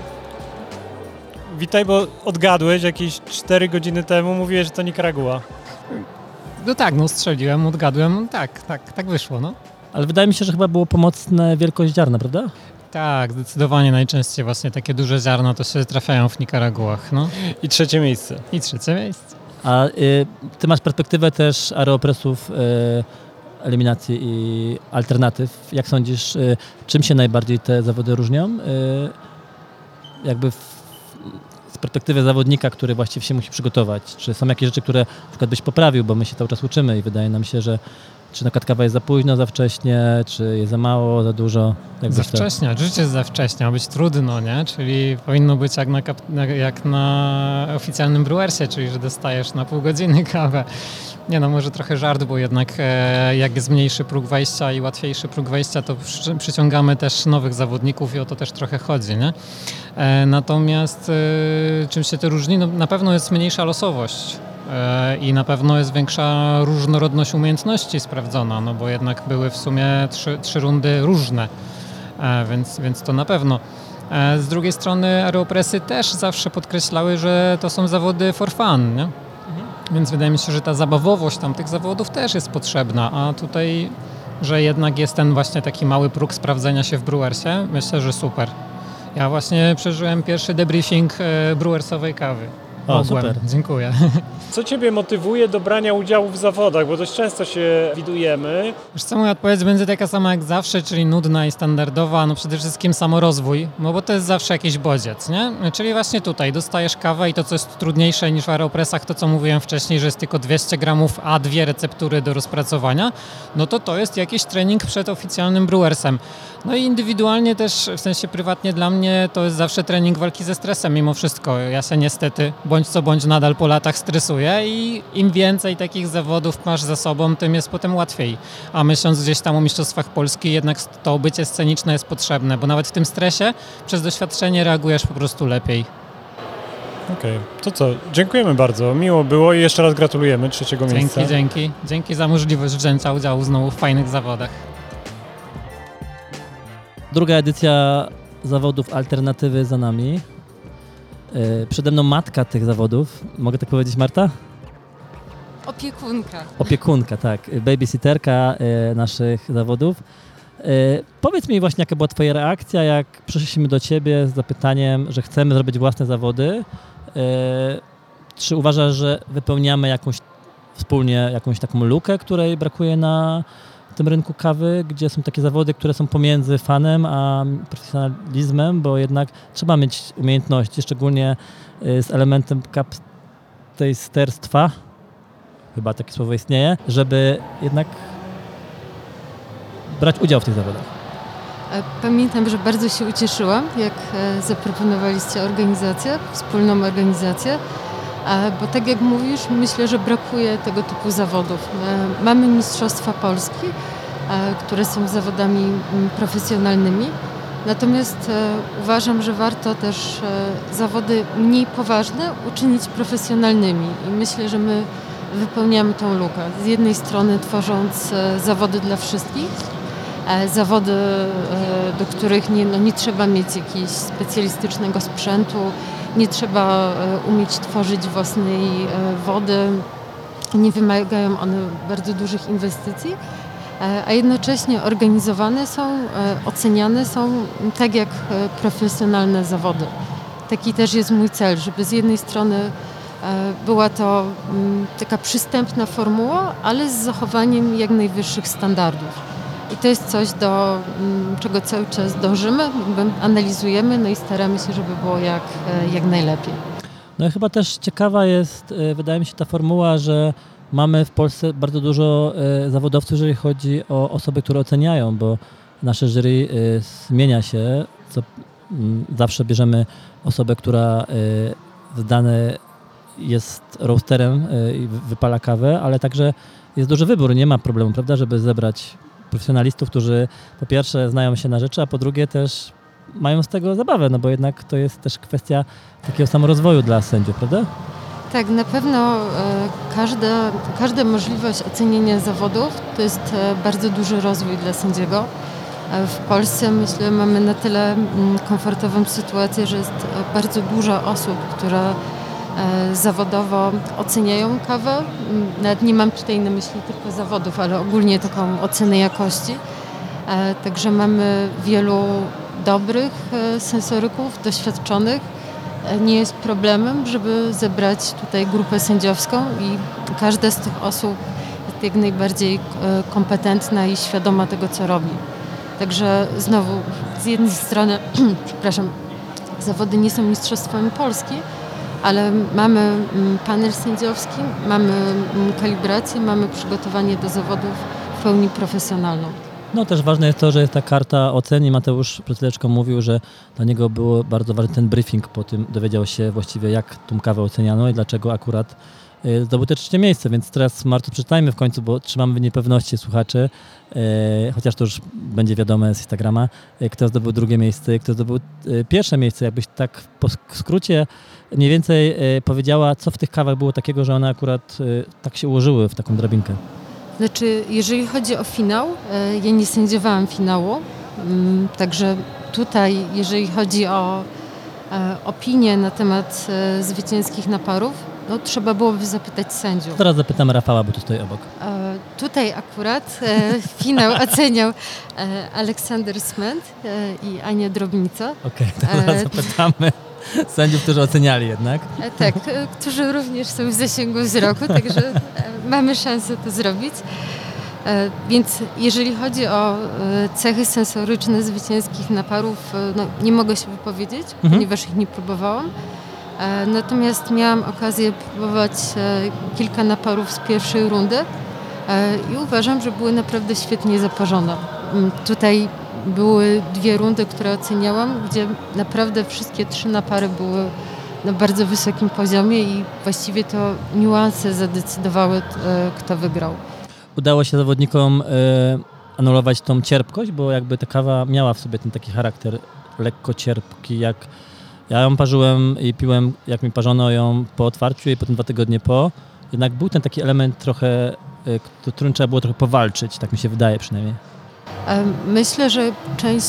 witaj, bo odgadłeś jakieś cztery godziny temu, mówiłeś, że to Nikaragua. No tak, no strzeliłem, odgadłem, tak, tak, tak wyszło, no. Ale wydaje mi się, że chyba było pomocne wielkość ziarna, prawda? Tak, zdecydowanie najczęściej właśnie takie duże ziarna to się trafiają w Nikaraguach. No. I trzecie miejsce. I trzecie miejsce. A y, ty masz perspektywę też aeropresów y, eliminacji i alternatyw. Jak sądzisz, y, czym się najbardziej te zawody różnią? Y, jakby w, z perspektywy zawodnika, który właściwie się musi przygotować. Czy są jakieś rzeczy, które na przykład byś poprawił, bo my się cały czas uczymy i wydaje nam się, że czy na przykład kawa jest za późno, za wcześnie, czy jest za mało, za dużo? Jak Za byś to- wcześnie, oczywiście jest za wcześnie, ma być trudno, nie? Czyli powinno być jak na, kap- na, jak na oficjalnym brewersie, czyli że dostajesz na pół godziny kawę. Nie no, może trochę żart, bo jednak e, jak jest mniejszy próg wejścia i łatwiejszy próg wejścia, to przy, przyciągamy też nowych zawodników i o to też trochę chodzi, nie? E, natomiast e, czym się to różni? No, na pewno jest mniejsza losowość. I na pewno jest większa różnorodność umiejętności sprawdzona, no bo jednak były w sumie trzy, trzy rundy różne, e, więc, więc to na pewno. E, z drugiej strony aeropresy też zawsze podkreślały, że to są zawody for fun, nie? Mhm. Więc wydaje mi się, że ta zabawowość tam tych zawodów też jest potrzebna, a tutaj, że jednak jest ten właśnie taki mały próg sprawdzenia się w brewersie, myślę, że super. Ja właśnie przeżyłem pierwszy debriefing e, brewersowej kawy. O, Mogłem. super. Dziękuję. Co Ciebie motywuje do brania udziału w zawodach? Bo dość często się widujemy. Wiesz co, moja odpowiedź będzie taka sama jak zawsze, czyli nudna i standardowa, no przede wszystkim samorozwój, no bo to jest zawsze jakiś bodziec, nie? Czyli właśnie tutaj dostajesz kawę i to, co jest trudniejsze niż w aeropresach, to co mówiłem wcześniej, że jest tylko dwieście gramów, a dwie receptury do rozpracowania, no to to jest jakiś trening przed oficjalnym brewersem. No i indywidualnie też, w sensie prywatnie dla mnie, to jest zawsze trening walki ze stresem mimo wszystko. Ja się niestety, bądź co bądź nadal po latach stresuję i im więcej takich zawodów masz za sobą, tym jest potem łatwiej. A myśląc gdzieś tam o Mistrzostwach Polski, jednak to bycie sceniczne jest potrzebne, bo nawet w tym stresie przez doświadczenie reagujesz po prostu lepiej. Okej, okay. To co? Dziękujemy bardzo. Miło było i jeszcze raz gratulujemy trzeciego miejsca. Dzięki, dzięki. Dzięki za możliwość wzięcia udziału znowu w fajnych zawodach. Druga edycja zawodów alternatywy za nami. Yy, przede mną matka tych zawodów. Mogę tak powiedzieć, Marta? Opiekunka. Opiekunka, tak. Babysitterka yy, naszych zawodów. Yy, powiedz mi właśnie, jaka była twoja reakcja, jak przyszliśmy do ciebie z zapytaniem, że chcemy zrobić własne zawody. Yy, czy uważasz, że wypełniamy jakąś wspólnie jakąś taką lukę, której brakuje na tym rynku kawy, gdzie są takie zawody, które są pomiędzy fanem a profesjonalizmem, bo jednak trzeba mieć umiejętności, szczególnie z elementem kaptejsterstwa, chyba takie słowo istnieje, żeby jednak brać udział w tych zawodach. Pamiętam, że bardzo się ucieszyłam, jak zaproponowaliście organizację, wspólną organizację, bo tak jak mówisz, myślę, że brakuje tego typu zawodów. Mamy Mistrzostwa Polski, które są zawodami profesjonalnymi, natomiast uważam, że warto też zawody mniej poważne uczynić profesjonalnymi i myślę, że my wypełniamy tą lukę. Z jednej strony tworząc zawody dla wszystkich, zawody, do których nie, no nie trzeba mieć jakiegoś specjalistycznego sprzętu, nie trzeba umieć tworzyć własnej wody, nie wymagają one bardzo dużych inwestycji, a jednocześnie organizowane są, oceniane są tak jak profesjonalne zawody. Taki też jest mój cel, żeby z jednej strony była to taka przystępna formuła, ale z zachowaniem jak najwyższych standardów. I to jest coś, do czego cały czas dążymy, analizujemy, no i staramy się, żeby było jak, jak najlepiej. No i chyba też ciekawa jest, wydaje mi się, ta formuła, że mamy w Polsce bardzo dużo zawodowców, jeżeli chodzi o osoby, które oceniają, bo nasze jury zmienia się, co zawsze bierzemy osobę, która zdane jest roasterem i wypala kawę, ale także jest duży wybór, nie ma problemu, prawda, żeby zebrać profesjonalistów, którzy po pierwsze znają się na rzeczy, a po drugie też mają z tego zabawę, no bo jednak to jest też kwestia takiego samorozwoju dla sędziów, prawda? Tak, na pewno e, każda, każda możliwość ocenienia zawodów to jest e, bardzo duży rozwój dla sędziego. E, w Polsce, myślę, mamy na tyle m, komfortową sytuację, że jest e, bardzo dużo osób, które e, zawodowo oceniają kawę. Nawet nie mam tutaj na myśli tylko zawodów, ale ogólnie taką ocenę jakości. E, także mamy wielu dobrych e, sensoryków, doświadczonych e, nie jest problemem, żeby zebrać tutaj grupę sędziowską i każda z tych osób jest jak najbardziej e, kompetentna i świadoma tego, co robi. Także znowu, z jednej strony, przepraszam, zawody nie są mistrzostwami Polski, ale mamy mm, panel sędziowski, mamy mm, kalibrację, mamy przygotowanie do zawodów w pełni profesjonalną. No też ważne jest to, że jest ta karta ocen i Mateusz przed chwileczką mówił, że dla niego było bardzo ważny ten briefing, po tym dowiedział się właściwie, jak tą kawę oceniano i dlaczego akurat y, zdobył te trzecie miejsce, więc teraz Marto, przeczytajmy w końcu, bo trzymamy w niepewności słuchaczy, y, chociaż to już będzie wiadome z Instagrama, y, kto zdobył drugie miejsce, kto zdobył y, pierwsze miejsce, jakbyś tak po skrócie mniej więcej y, powiedziała, co w tych kawach było takiego, że one akurat y, tak się ułożyły w taką drabinkę. Znaczy, jeżeli chodzi o finał, e, ja nie sędziowałam finału, mm, także tutaj, jeżeli chodzi o e, opinię na temat e, zwycięskich naparów, no trzeba byłoby zapytać sędziów. Teraz zapytam Rafała, bo tu stoi obok. E, tutaj akurat e, finał oceniał e, Aleksander Sment e, i Ania Drobnica. Okej, okay, teraz e, zapytamy sędziów, którzy oceniali jednak. E, tak, e, którzy również są w zasięgu wzroku, także e, mamy szansę to zrobić. E, więc jeżeli chodzi o e, cechy sensoryczne zwycięskich naparów, e, no, nie mogę się wypowiedzieć, mhm. ponieważ ich nie próbowałam. E, natomiast miałam okazję próbować e, kilka naparów z pierwszej rundy e, i uważam, że były naprawdę świetnie zaparzone. M, tutaj były dwie rundy, które oceniałam, gdzie naprawdę wszystkie trzy napary były na bardzo wysokim poziomie i właściwie to niuanse zadecydowały, kto wygrał. Udało się zawodnikom y, anulować tą cierpkość, bo jakby ta kawa miała w sobie ten taki charakter lekko cierpki, jak ja ją parzyłem i piłem, jak mi parzono ją po otwarciu i potem dwa tygodnie po. Jednak był ten taki element trochę, y, którym trzeba było trochę powalczyć, tak mi się wydaje przynajmniej. Myślę, że część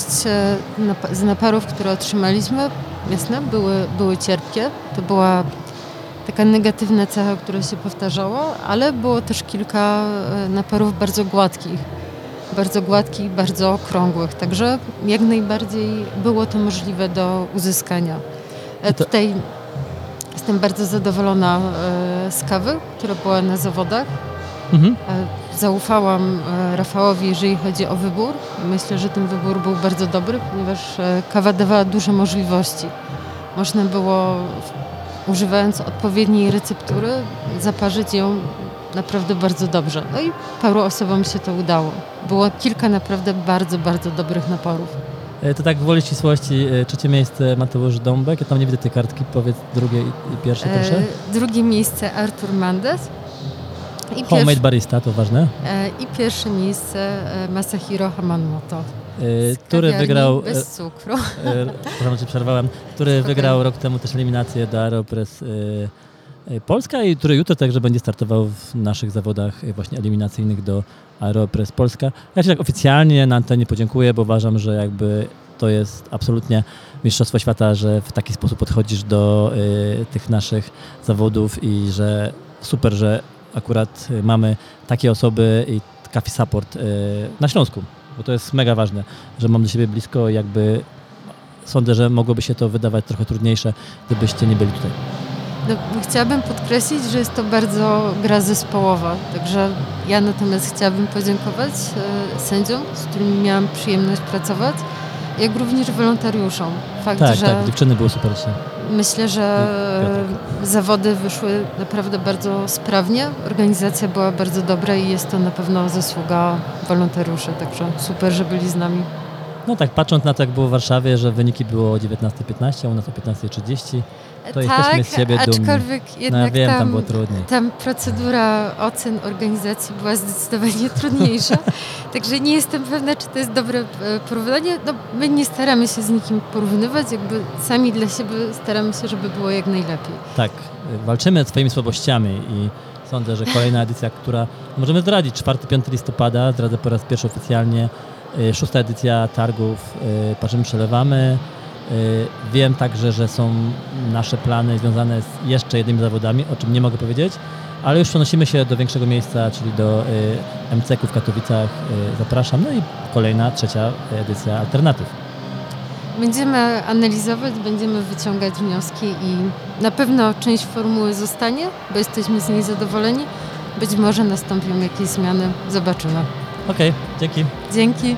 z naparów, które otrzymaliśmy, jasne, były, były cierpkie. To była taka negatywna cecha, która się powtarzała, ale było też kilka naparów bardzo gładkich. Bardzo gładkich, bardzo okrągłych. Także jak najbardziej było to możliwe do uzyskania. To... Tutaj jestem bardzo zadowolona z kawy, która była na zawodach. Mhm. Zaufałam Rafałowi, jeżeli chodzi o wybór. Myślę, że ten wybór był bardzo dobry, ponieważ kawa dawała duże możliwości. Można było, używając odpowiedniej receptury, zaparzyć ją naprawdę bardzo dobrze. No i paru osobom się to udało. Było kilka naprawdę bardzo, bardzo dobrych naparów. To tak gwoli ścisłości, trzecie miejsce Mateusz Dąbek. Ja tam nie widzę tej kartki, powiedz drugie i pierwsze, proszę. E, drugie miejsce Artur Mandes. I Homemade pierwszy, barista, to ważne. E, I pierwsze miejsce e, Masahiro Hamamoto. E, który wygrał... Bez cukru. E, Przepraszam, że przerwałem. Który Spokojnie. wygrał rok temu też eliminację do Aeropress e, Polska i który jutro także będzie startował w naszych zawodach właśnie eliminacyjnych do Aeropress Polska. Ja Ci tak oficjalnie na antenie podziękuję, bo uważam, że jakby to jest absolutnie mistrzostwo świata, że w taki sposób podchodzisz do e, tych naszych zawodów i że super, że akurat mamy takie osoby i Coffee Support na Śląsku, bo to jest mega ważne, że mam do siebie blisko i jakby sądzę, że mogłoby się to wydawać trochę trudniejsze, gdybyście nie byli tutaj. No, chciałabym podkreślić, że jest to bardzo gra zespołowa, także ja natomiast chciałabym podziękować e, sędziom, z którymi miałam przyjemność pracować, jak również wolontariuszom. Fakt, tak, że tak, dziewczyny były super dzisiaj. Myślę, że zawody wyszły naprawdę bardzo sprawnie, organizacja była bardzo dobra i jest to na pewno zasługa wolontariuszy, także super, że byli z nami. No tak, patrząc na to, jak było w Warszawie, że wyniki było o dziewiętnaста piętnaście, a u nas o piętnaście trzydzieści, to tak, jesteśmy z siebie dumni. Aczkolwiek jednak no, ja wiem, tam, tam było trudniej. Tam procedura ocen organizacji była zdecydowanie trudniejsza, także nie jestem pewna, czy to jest dobre porównanie. No, my nie staramy się z nikim porównywać, jakby sami dla siebie staramy się, żeby było jak najlepiej. Tak, walczymy z swoimi słabościami i sądzę, że kolejna edycja, która możemy zdradzić, czwartego piątego listopada, zdradzę po raz pierwszy oficjalnie, szósta edycja targów Parzymy, Przelewamy. Wiem także, że są nasze plany związane z jeszcze jednymi zawodami, o czym nie mogę powiedzieć, ale już przenosimy się do większego miejsca, czyli do M C K u w Katowicach. Zapraszam. No i kolejna, trzecia edycja Alternatyw. Będziemy analizować, będziemy wyciągać wnioski i na pewno część formuły zostanie, bo jesteśmy z niej zadowoleni. Być może nastąpią jakieś zmiany. Zobaczymy. Okej, okay, dzięki. Dzięki.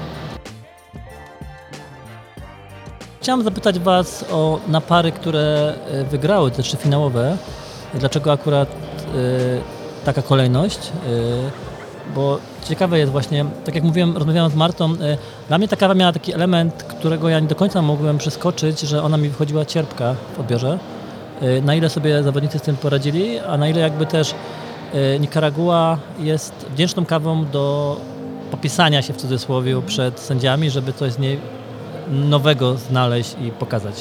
Chciałem zapytać Was o napary, które wygrały, te trzy finałowe. Dlaczego akurat y, taka kolejność? Y, bo ciekawe jest właśnie, tak jak mówiłem, rozmawiałem z Martą, y, dla mnie ta kawa miała taki element, którego ja nie do końca mogłem przeskoczyć, że ona mi wychodziła cierpka w odbiorze. Y, na ile sobie zawodnicy z tym poradzili, a na ile jakby też y, Nikaragua jest wdzięczną kawą do popisania się w cudzysłowie przed sędziami, żeby coś z niej nowego znaleźć i pokazać.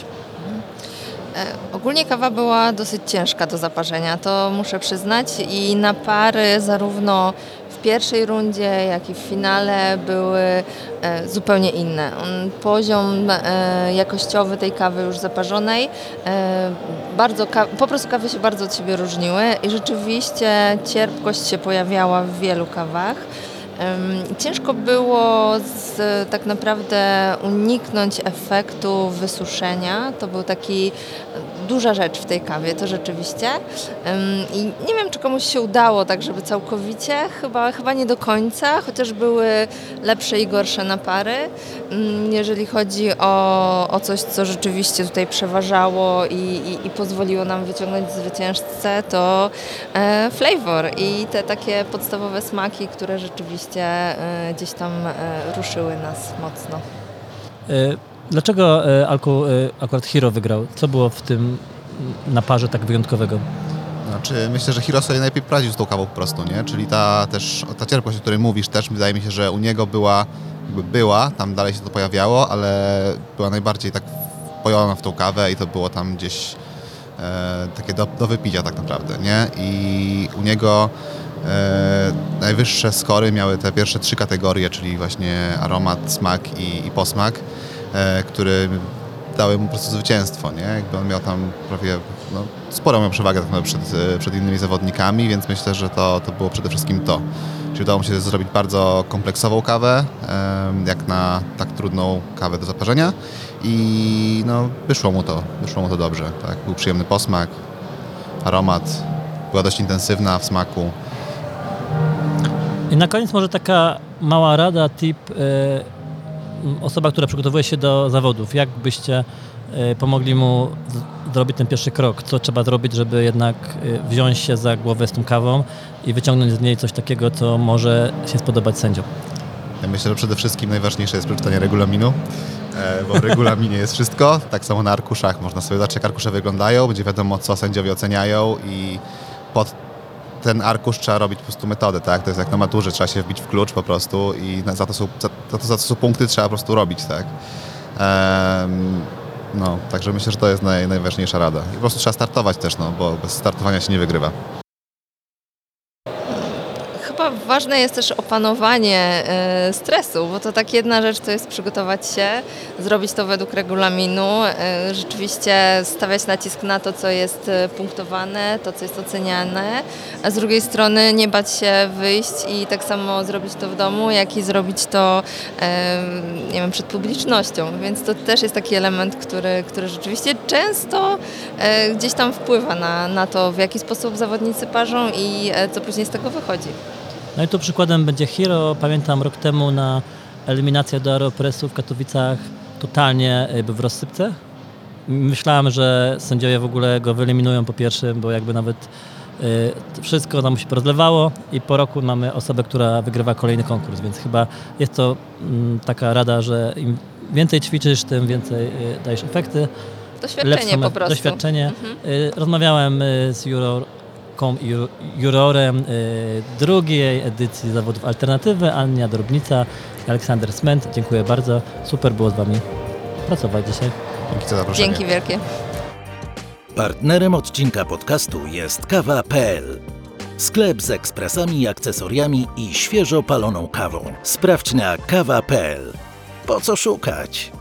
Ogólnie kawa była dosyć ciężka do zaparzenia, to muszę przyznać, i napary zarówno w pierwszej rundzie, jak i w finale były zupełnie inne. Poziom jakościowy tej kawy już zaparzonej, bardzo, po prostu kawy się bardzo od siebie różniły i rzeczywiście cierpkość się pojawiała w wielu kawach. Ciężko było z, tak naprawdę uniknąć efektu wysuszenia. To był taki duża rzecz w tej kawie, to rzeczywiście. I nie wiem, czy komuś się udało tak, żeby całkowicie, chyba, chyba nie do końca, chociaż były lepsze i gorsze napary. Jeżeli chodzi o, o coś, co rzeczywiście tutaj przeważało i, i, i pozwoliło nam wyciągnąć zwycięzcę, to e, flavor i te takie podstawowe smaki, które rzeczywiście gdzieś tam ruszyły nas mocno. Dlaczego Alku akurat Hiro wygrał? Co było w tym naparze tak wyjątkowego? Znaczy, myślę, że Hiro sobie najlepiej poradził z tą kawą po prostu, nie? Czyli ta też, ta cierpkość, o której mówisz, też wydaje mi się, że u niego była, jakby była, tam dalej się to pojawiało, ale była najbardziej tak wpojona w tą kawę i to było tam gdzieś e, takie do, do wypicia tak naprawdę, nie? I u niego E, najwyższe skory miały te pierwsze trzy kategorie, czyli właśnie aromat, smak i, i posmak, e, które dały mu po prostu zwycięstwo, nie? Jakby on miał tam prawie no, sporą miał przewagę tak przed, przed innymi zawodnikami, więc myślę, że to, to było przede wszystkim to. Czyli udało mu się zrobić bardzo kompleksową kawę, e, jak na tak trudną kawę do zaparzenia i no, wyszło mu to, wyszło mu to dobrze. Tak? Był przyjemny posmak, aromat, była dość intensywna w smaku. I na koniec może taka mała rada, tip, y, osoba, która przygotowuje się do zawodów. Jak byście y, pomogli mu z, zrobić ten pierwszy krok? Co trzeba zrobić, żeby jednak y, wziąć się za głowę z tą kawą i wyciągnąć z niej coś takiego, co może się spodobać sędziom? Ja myślę, że przede wszystkim najważniejsze jest przeczytanie regulaminu, e, bo w regulaminie jest wszystko. Tak samo na arkuszach. Można sobie zobaczyć, jak arkusze wyglądają, będzie wiadomo, co sędziowie oceniają i pod ten arkusz trzeba robić po prostu metodę, tak? To jest jak na maturze, trzeba się wbić w klucz po prostu i za to są, za to, za to są punkty, trzeba po prostu robić, tak? Ehm, no, także myślę, że to jest naj, najważniejsza rada. I po prostu trzeba startować też, no, bo bez startowania się nie wygrywa. Chyba ważne jest też opanowanie y, stresu, bo to tak jedna rzecz to jest przygotować się, zrobić to według regulaminu, y, rzeczywiście stawiać nacisk na to, co jest punktowane, to, co jest oceniane, a z drugiej strony nie bać się wyjść i tak samo zrobić to w domu, jak i zrobić to y, nie wiem, przed publicznością, więc to też jest taki element, który, który rzeczywiście często y, gdzieś tam wpływa na, na to, w jaki sposób zawodnicy parzą i y, co później z tego wychodzi. No i tu przykładem będzie Hiro. Pamiętam rok temu na eliminację do Aeropressu w Katowicach totalnie był w rozsypce. Myślałem, że sędziowie w ogóle go wyeliminują po pierwszym, bo jakby nawet y, wszystko nam się porozlewało i po roku mamy osobę, która wygrywa kolejny konkurs, więc chyba jest to y, taka rada, że im więcej ćwiczysz, tym więcej y, dajesz efekty. Doświadczenie po prostu. Doświadczenie. Mhm. Y, rozmawiałem y, z Juror jurorem y, drugiej edycji zawodów Alternatywy, Ania Drobnica, Aleksander Sment. Dziękuję bardzo. Super było z Wami pracować dzisiaj. Dzięki za zaproszenie. Dzięki wielkie. Partnerem odcinka podcastu jest kawa kropka pe el. Sklep z ekspresami, akcesoriami i świeżo paloną kawą. Sprawdź na kawa kropka pe el. Po co szukać?